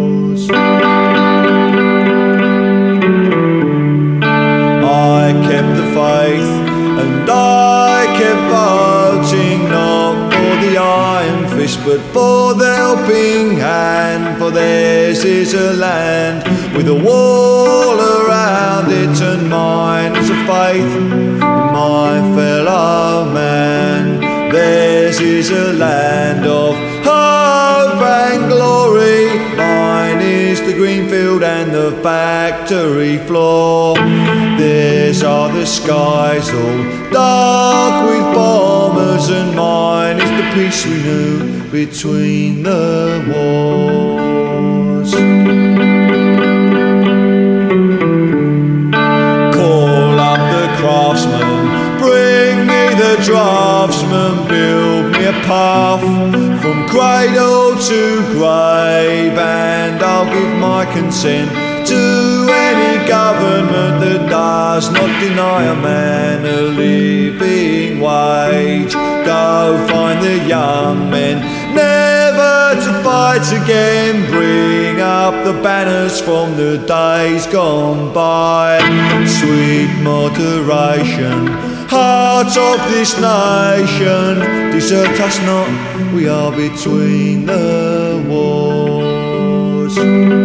I kept the faith, and I kept voting not for the iron fist, but for the helping hand. For theirs is a land with a wall around it, and mine is a faith in my fellow man. Theirs is a land of hope and glory. Mine is the green field and the factory floor. Theirs are the skies all dark with bombers, and mine is the peace we knew between the wars. Call up the craftsman, bring me the draftsman, build me a path from cradle to grave, and I'll give my consent to any government that does not deny a man a living wage. Go find the young men, never to fight again. Bring up the banners from the days gone by. Sweet moderation, heart of this nation, desert us not, we are between the wars.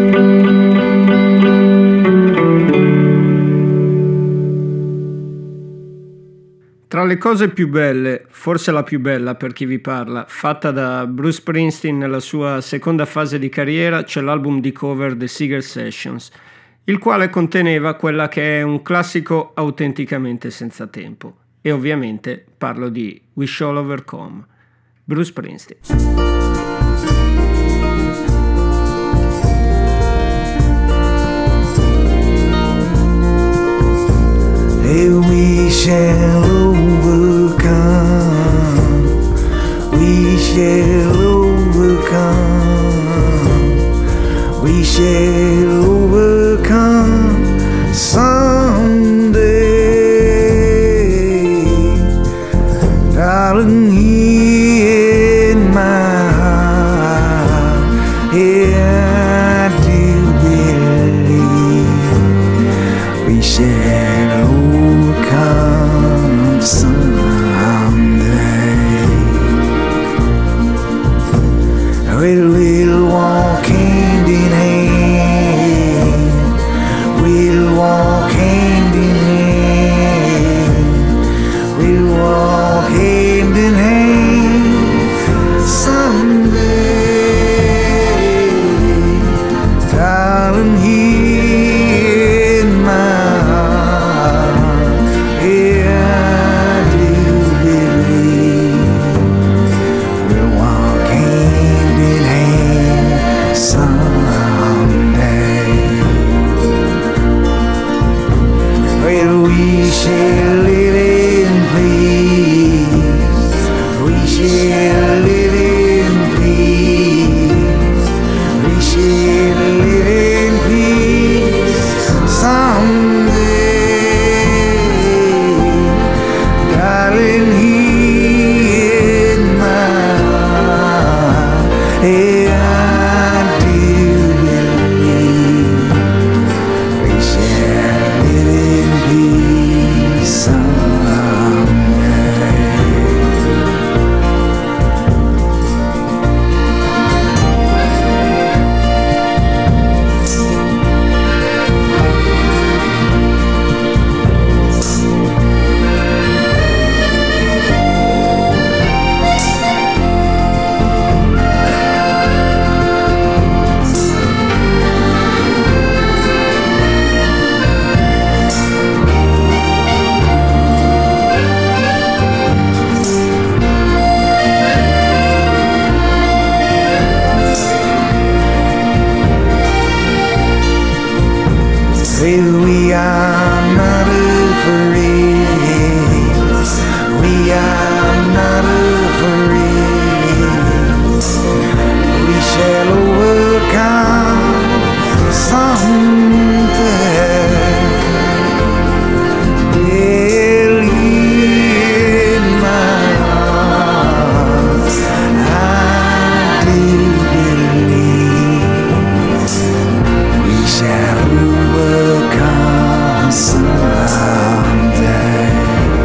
Tra le cose più belle, forse la più bella per chi vi parla, fatta da Bruce Springsteen nella sua seconda fase di carriera, c'è l'album di cover The Seeger Sessions, il quale conteneva quella che è un classico autenticamente senza tempo. E ovviamente parlo di We Shall Overcome, Bruce Springsteen.
Hey, we shall overcome. We shall overcome. We shall overcome someday. Darling, here in my heart, here I do believe we shall overcome someday. We'll walk hand in hand. We'll walk hand in hand. We'll walk hand in hand someday. Darling, here in my heart, here I do believe we'll walk hand in hand someday. Well, we shall live in peace. We shall live in peace. We shall live in peace someday. Darling, here in my heart, here I do believe we shall live in peace someday. We are not afraid. We are not afraid. We shall overcome someday. Believe my heart, I do believe we shall overcome someday.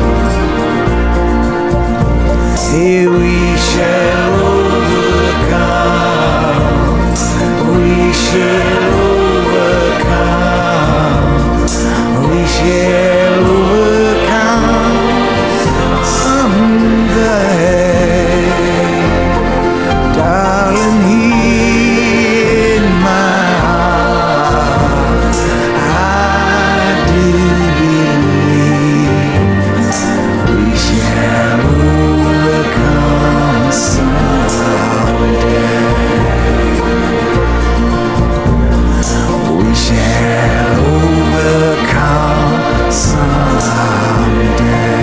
Here we shall overcome. We shall overcome. We shall overcome someday. Darling, in my heart, I do believe we shall overcome someday. We shall overcome someday.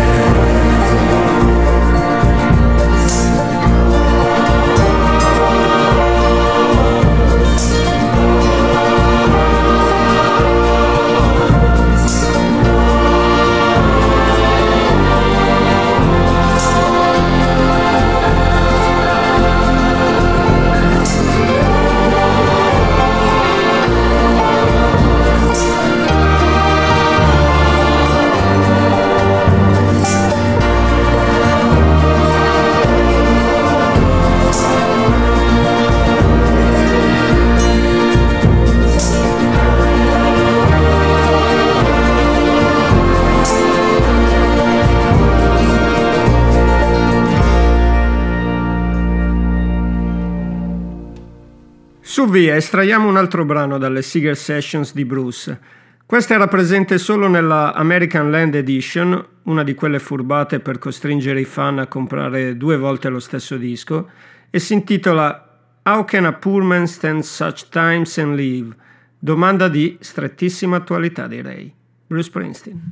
Su via, estraiamo un altro brano dalle Seeger Sessions di Bruce. Questa era presente solo nella American Land Edition, una di quelle furbate per costringere i fan a comprare 2 volte lo stesso disco, e si intitola How Can a Poor Man Stand Such Times and Live? Domanda di strettissima attualità, direi. Bruce Springsteen.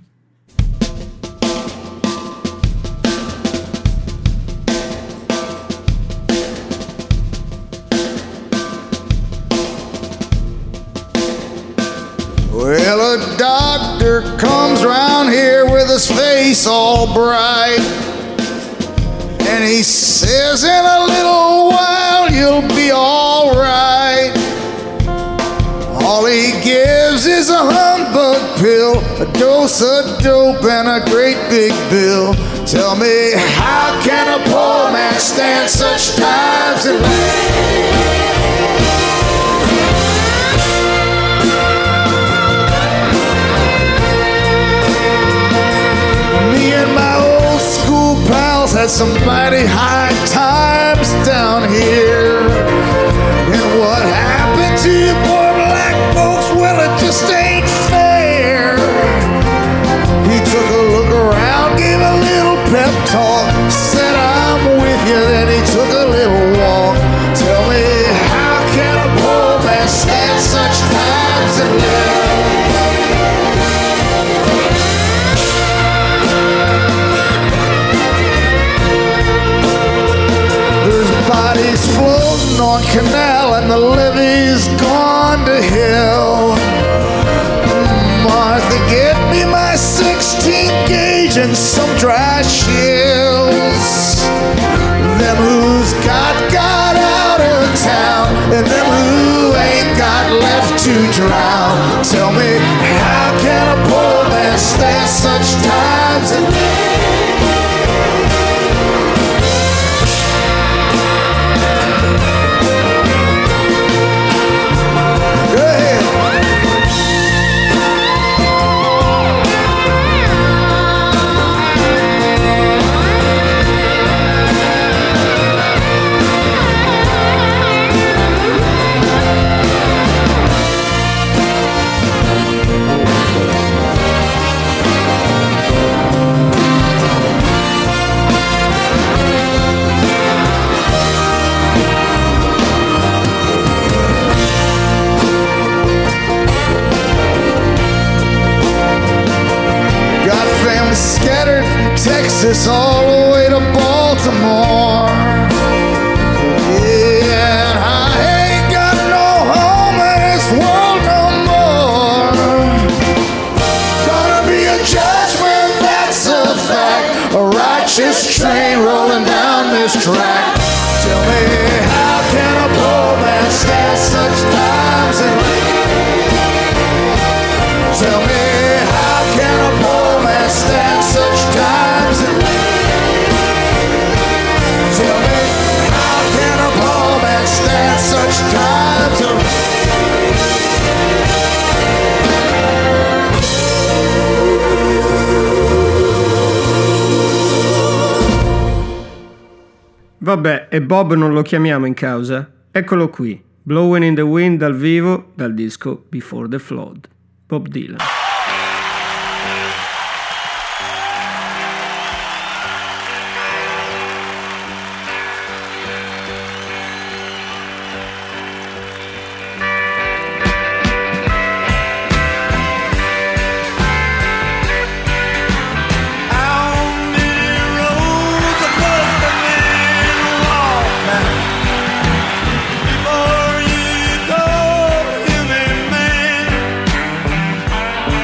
Well, a doctor comes round here with his face all bright, and he says in a little while you'll be all right. All he gives is a humbug pill, a dose of dope, and a great big bill. Tell me, how can a poor man stand such times and live? Me and my old school pals had some mighty high times down here. And what happened to you poor black folks? Well, it just ain't fair. He took a look around, gave a little pep talk, said I'm with you, then he took a little walk. Tell me, how can a poor man stand such times and live? Bodies floating on canal and the levee's gone to hell. Martha, get me my 16 gauge and some dry shells. Them who's got out of town and them who ain't got left to drown. Tell me, how can a poor man stand such times and live?
this track. Tell me, how can a poor man stand such times and tell me, how can a poor man stand such times and tell me, how can a poor man stand such times and
Vabbè, e Bob non lo chiamiamo in causa? Eccolo qui, Blowing in the Wind dal vivo dal disco Before the Flood, Bob Dylan.
Before you go, human man.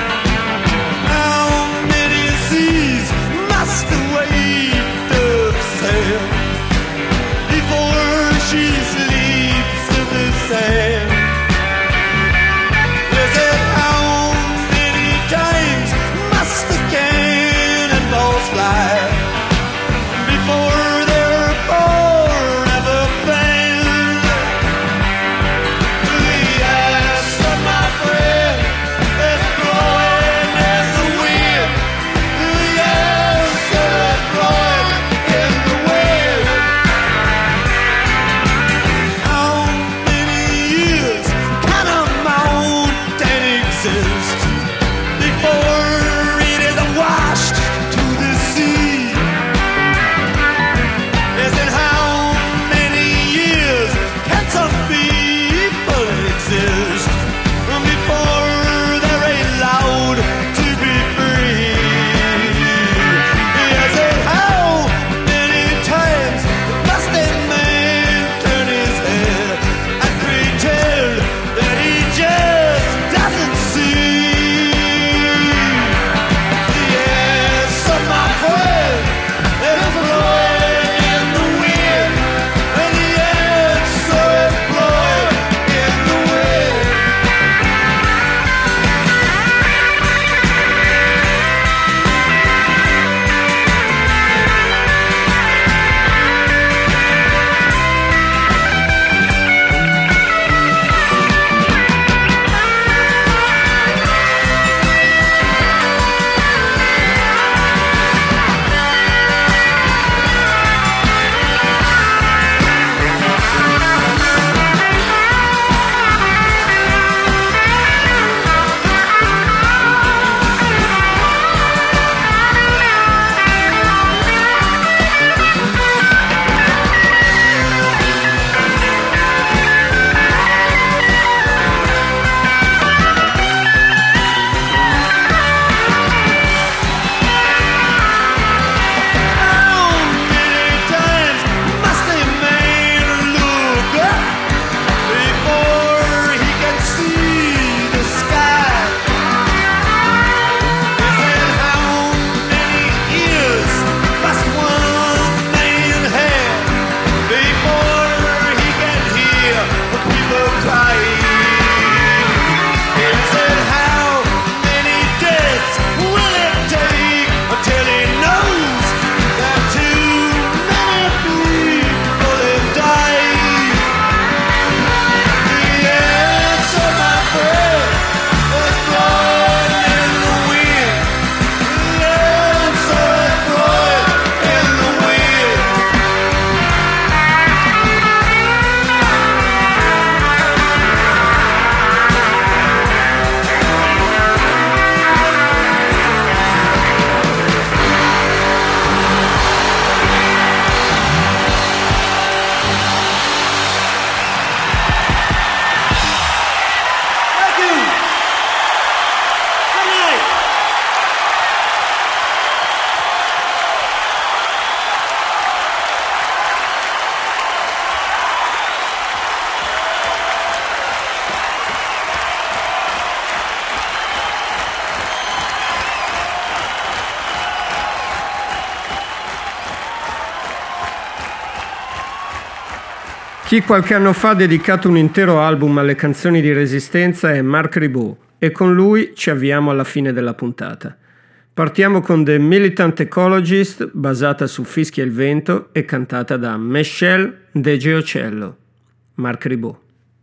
Chi qualche anno fa ha dedicato un intero album alle canzoni di Resistenza è Marc Ribot e con lui ci avviamo alla fine della puntata. Partiamo con The Militant Ecologist, basata su Fischia il vento e cantata da Michel De Giocello. Marc Ribot.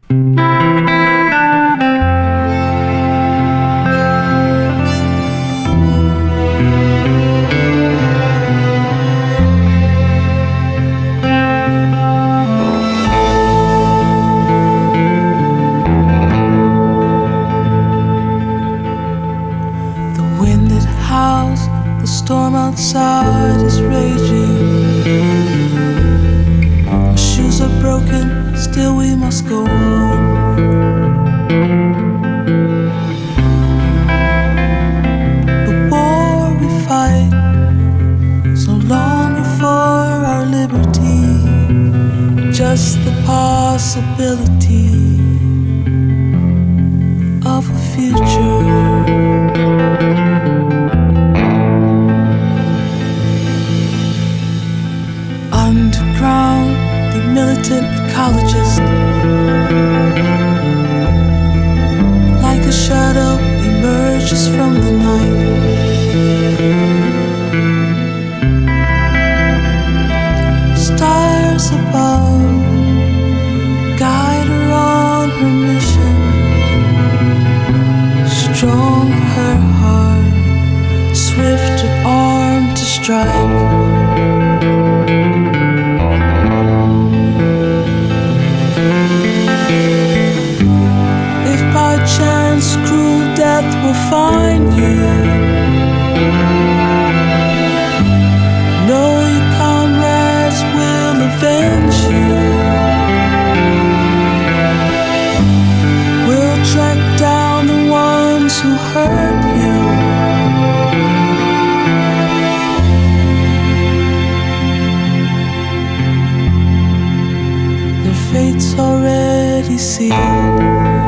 The storm outside is raging. My shoes are broken, still we must go on. The war we fight, so long before our liberty, just the possibility of a future. Underground, the militant ecologist, like a shadow emerges from the night. Stars above guide her on her mission. Strong her heart, swift her arm to strike. Chance cruel death will find you. Know your comrades will avenge you. We'll track down the ones who hurt you. Their fate's already sealed.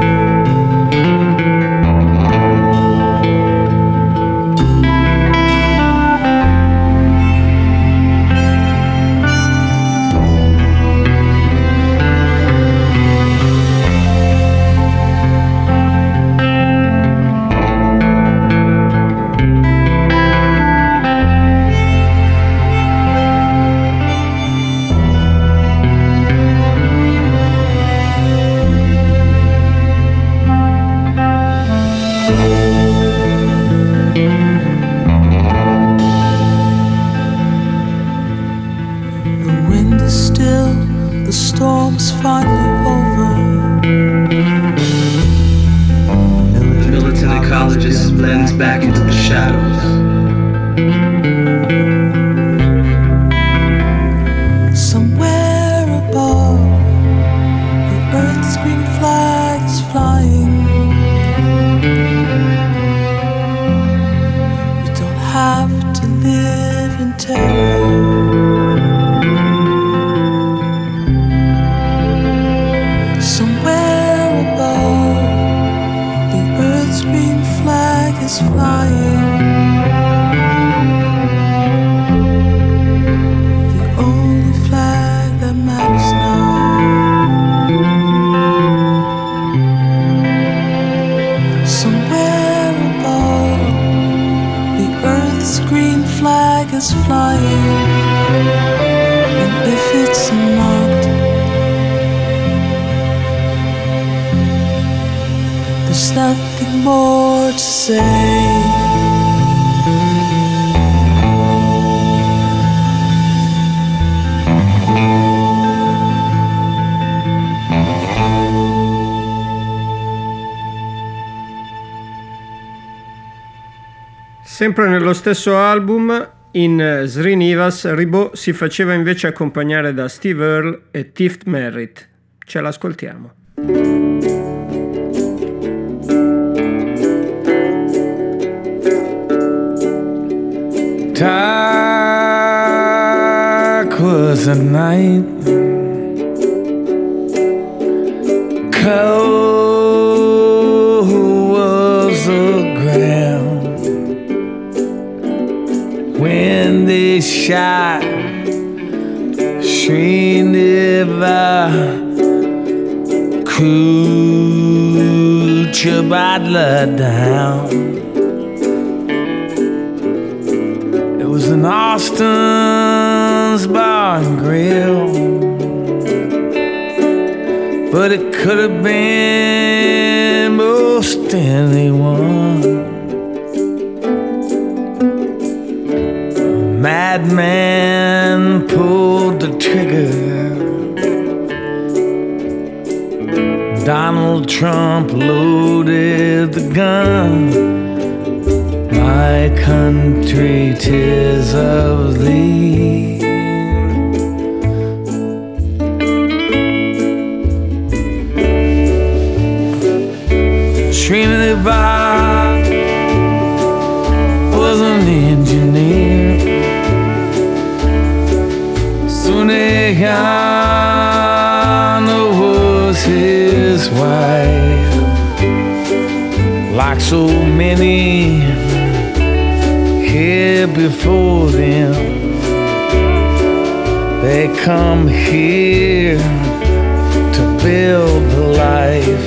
Back into the shadows.
Somewhere above, the earth's green flag is flying. We don't have to live in terror. Somewhere above, the earth's green flag is flying. The only flag that matters now. Somewhere above, the earth's green flag is flying. And if it's not, there's nothing more to say.
Sempre nello stesso album, in Srinivas, Ribot si faceva invece accompagnare da Steve Earle e Tift Merritt. Ce l'ascoltiamo.
Dark was the night, cold was the ground, when they shot Srinivas Coochie Butler down. It was in Austin's Bar and Grill, but it could have been most anyone. A madman pulled the trigger. Donald Trump loaded the gun. My country, 'tis of thee. Trinity Bob was an engineer. Sunayana was his wife. Like so many here before them, they come here to build a life.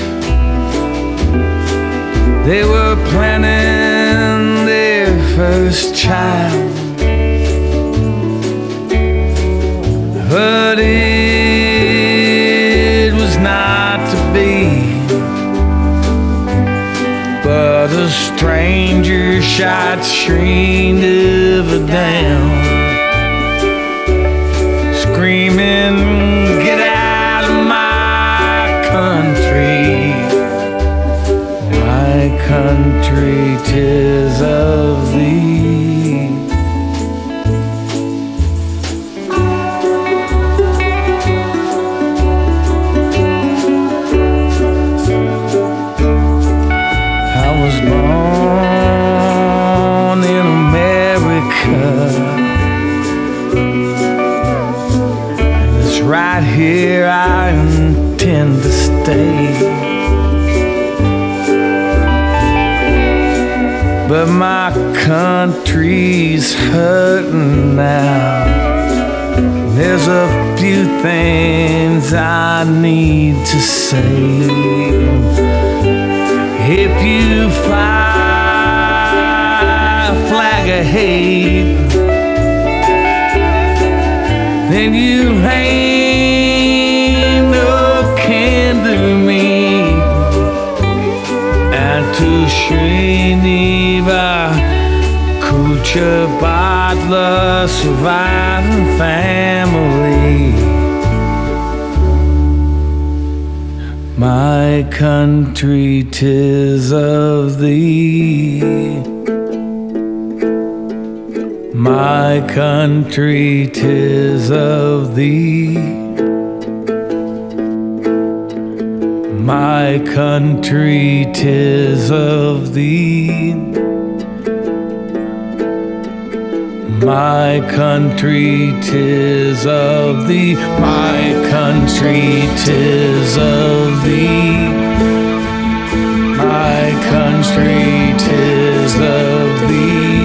They were planning their first child, but it was not to be. But a stranger shot Shreenever down, screaming, "Get out of my country! My country, 'tis of thee." I was born in America, and it's right here I intend to stay. But my country's hurting now. There's a few things I need to say. If you fly a flag of hate, then you ain't no kin to me. And to Shreenever, Coochie Butler, surviving family. My country, 'tis of thee. My country, 'tis of thee. My country, 'tis of thee. My country, 'tis of thee. My country, 'tis of thee. My country, 'tis of thee.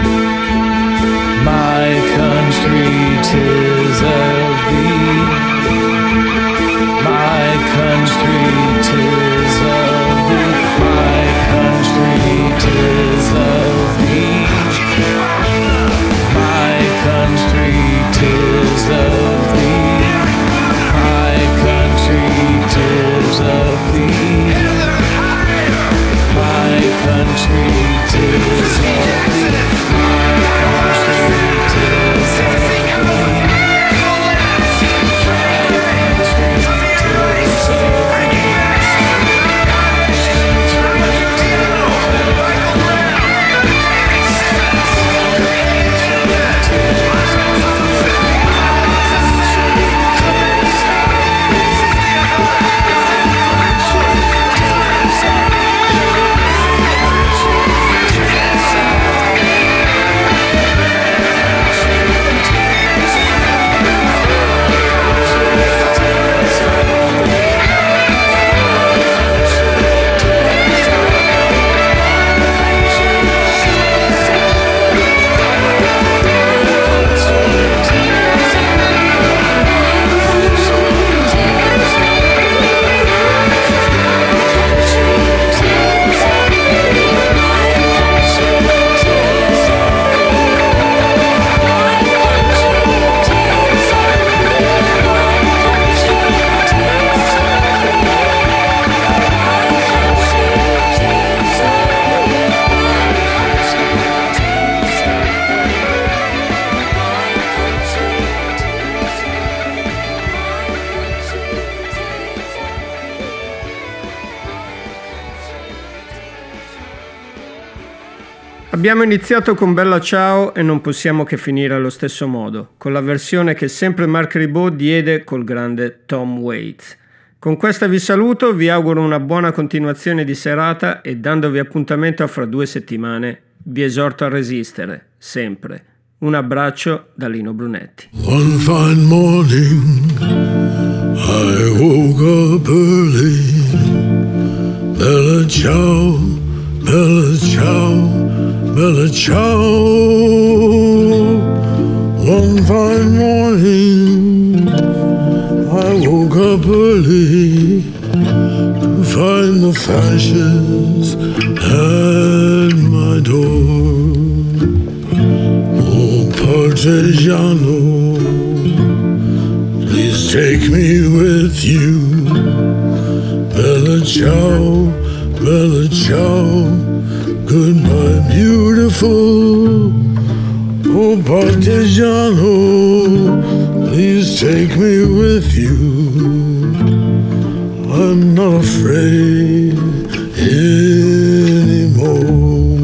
My country, 'tis of thee. My country, 'tis of thee. My country, 'tis of thee. My country, 'tis of thee. My country, 'tis of thee. My country, 'tis of thee. My country, 'tis of thee.
Abbiamo iniziato con Bella Ciao e non possiamo che finire allo stesso modo, con la versione che sempre Marc Ribot diede col grande Tom Waits. Con questa vi saluto, vi auguro una buona continuazione di serata e dandovi appuntamento a fra 2 settimane, vi esorto a resistere, sempre. Un abbraccio da Lino Brunetti.
One fine morning I woke up early. Bella ciao, bella ciao, bella ciao. One fine morning I woke up early to find the fashions at my door. Oh, Partigiano, please take me with you. Bella ciao, bella ciao, goodbye beautiful. Oh, Partigiano, please take me with you. I'm not afraid anymore.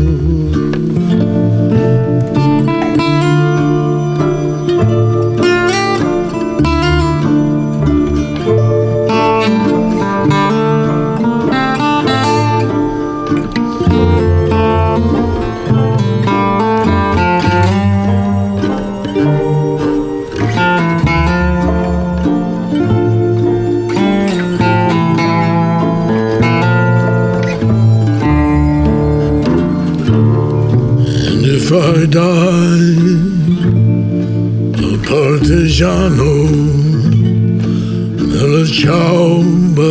If I die a partigiano, bella ciao,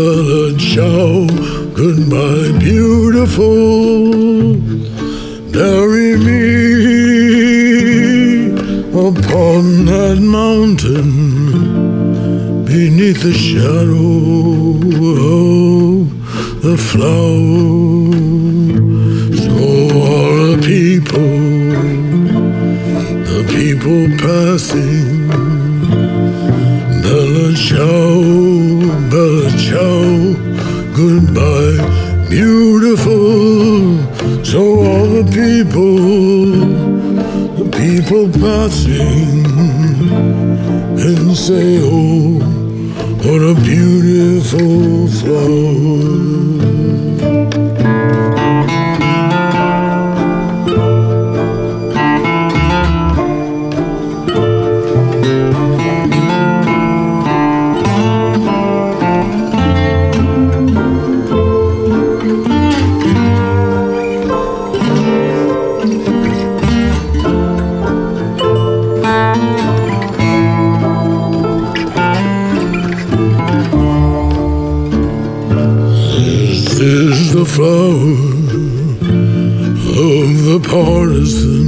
goodbye beautiful. Bury me upon that mountain beneath the shadow of the flower. So all the people passing, bella ciao, goodbye beautiful. So all the people passing and say, oh, what a beautiful flower. Is the flower of the partisan.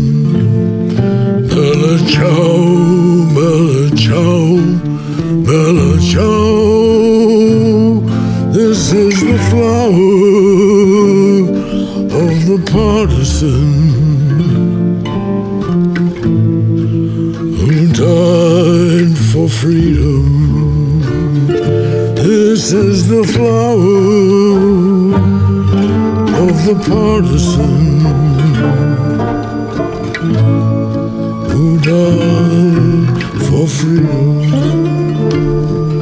Bella ciao, bella ciao, bella ciao. This is the flower of the partisan who died for freedom. This is the flower of the partisan who died for freedom.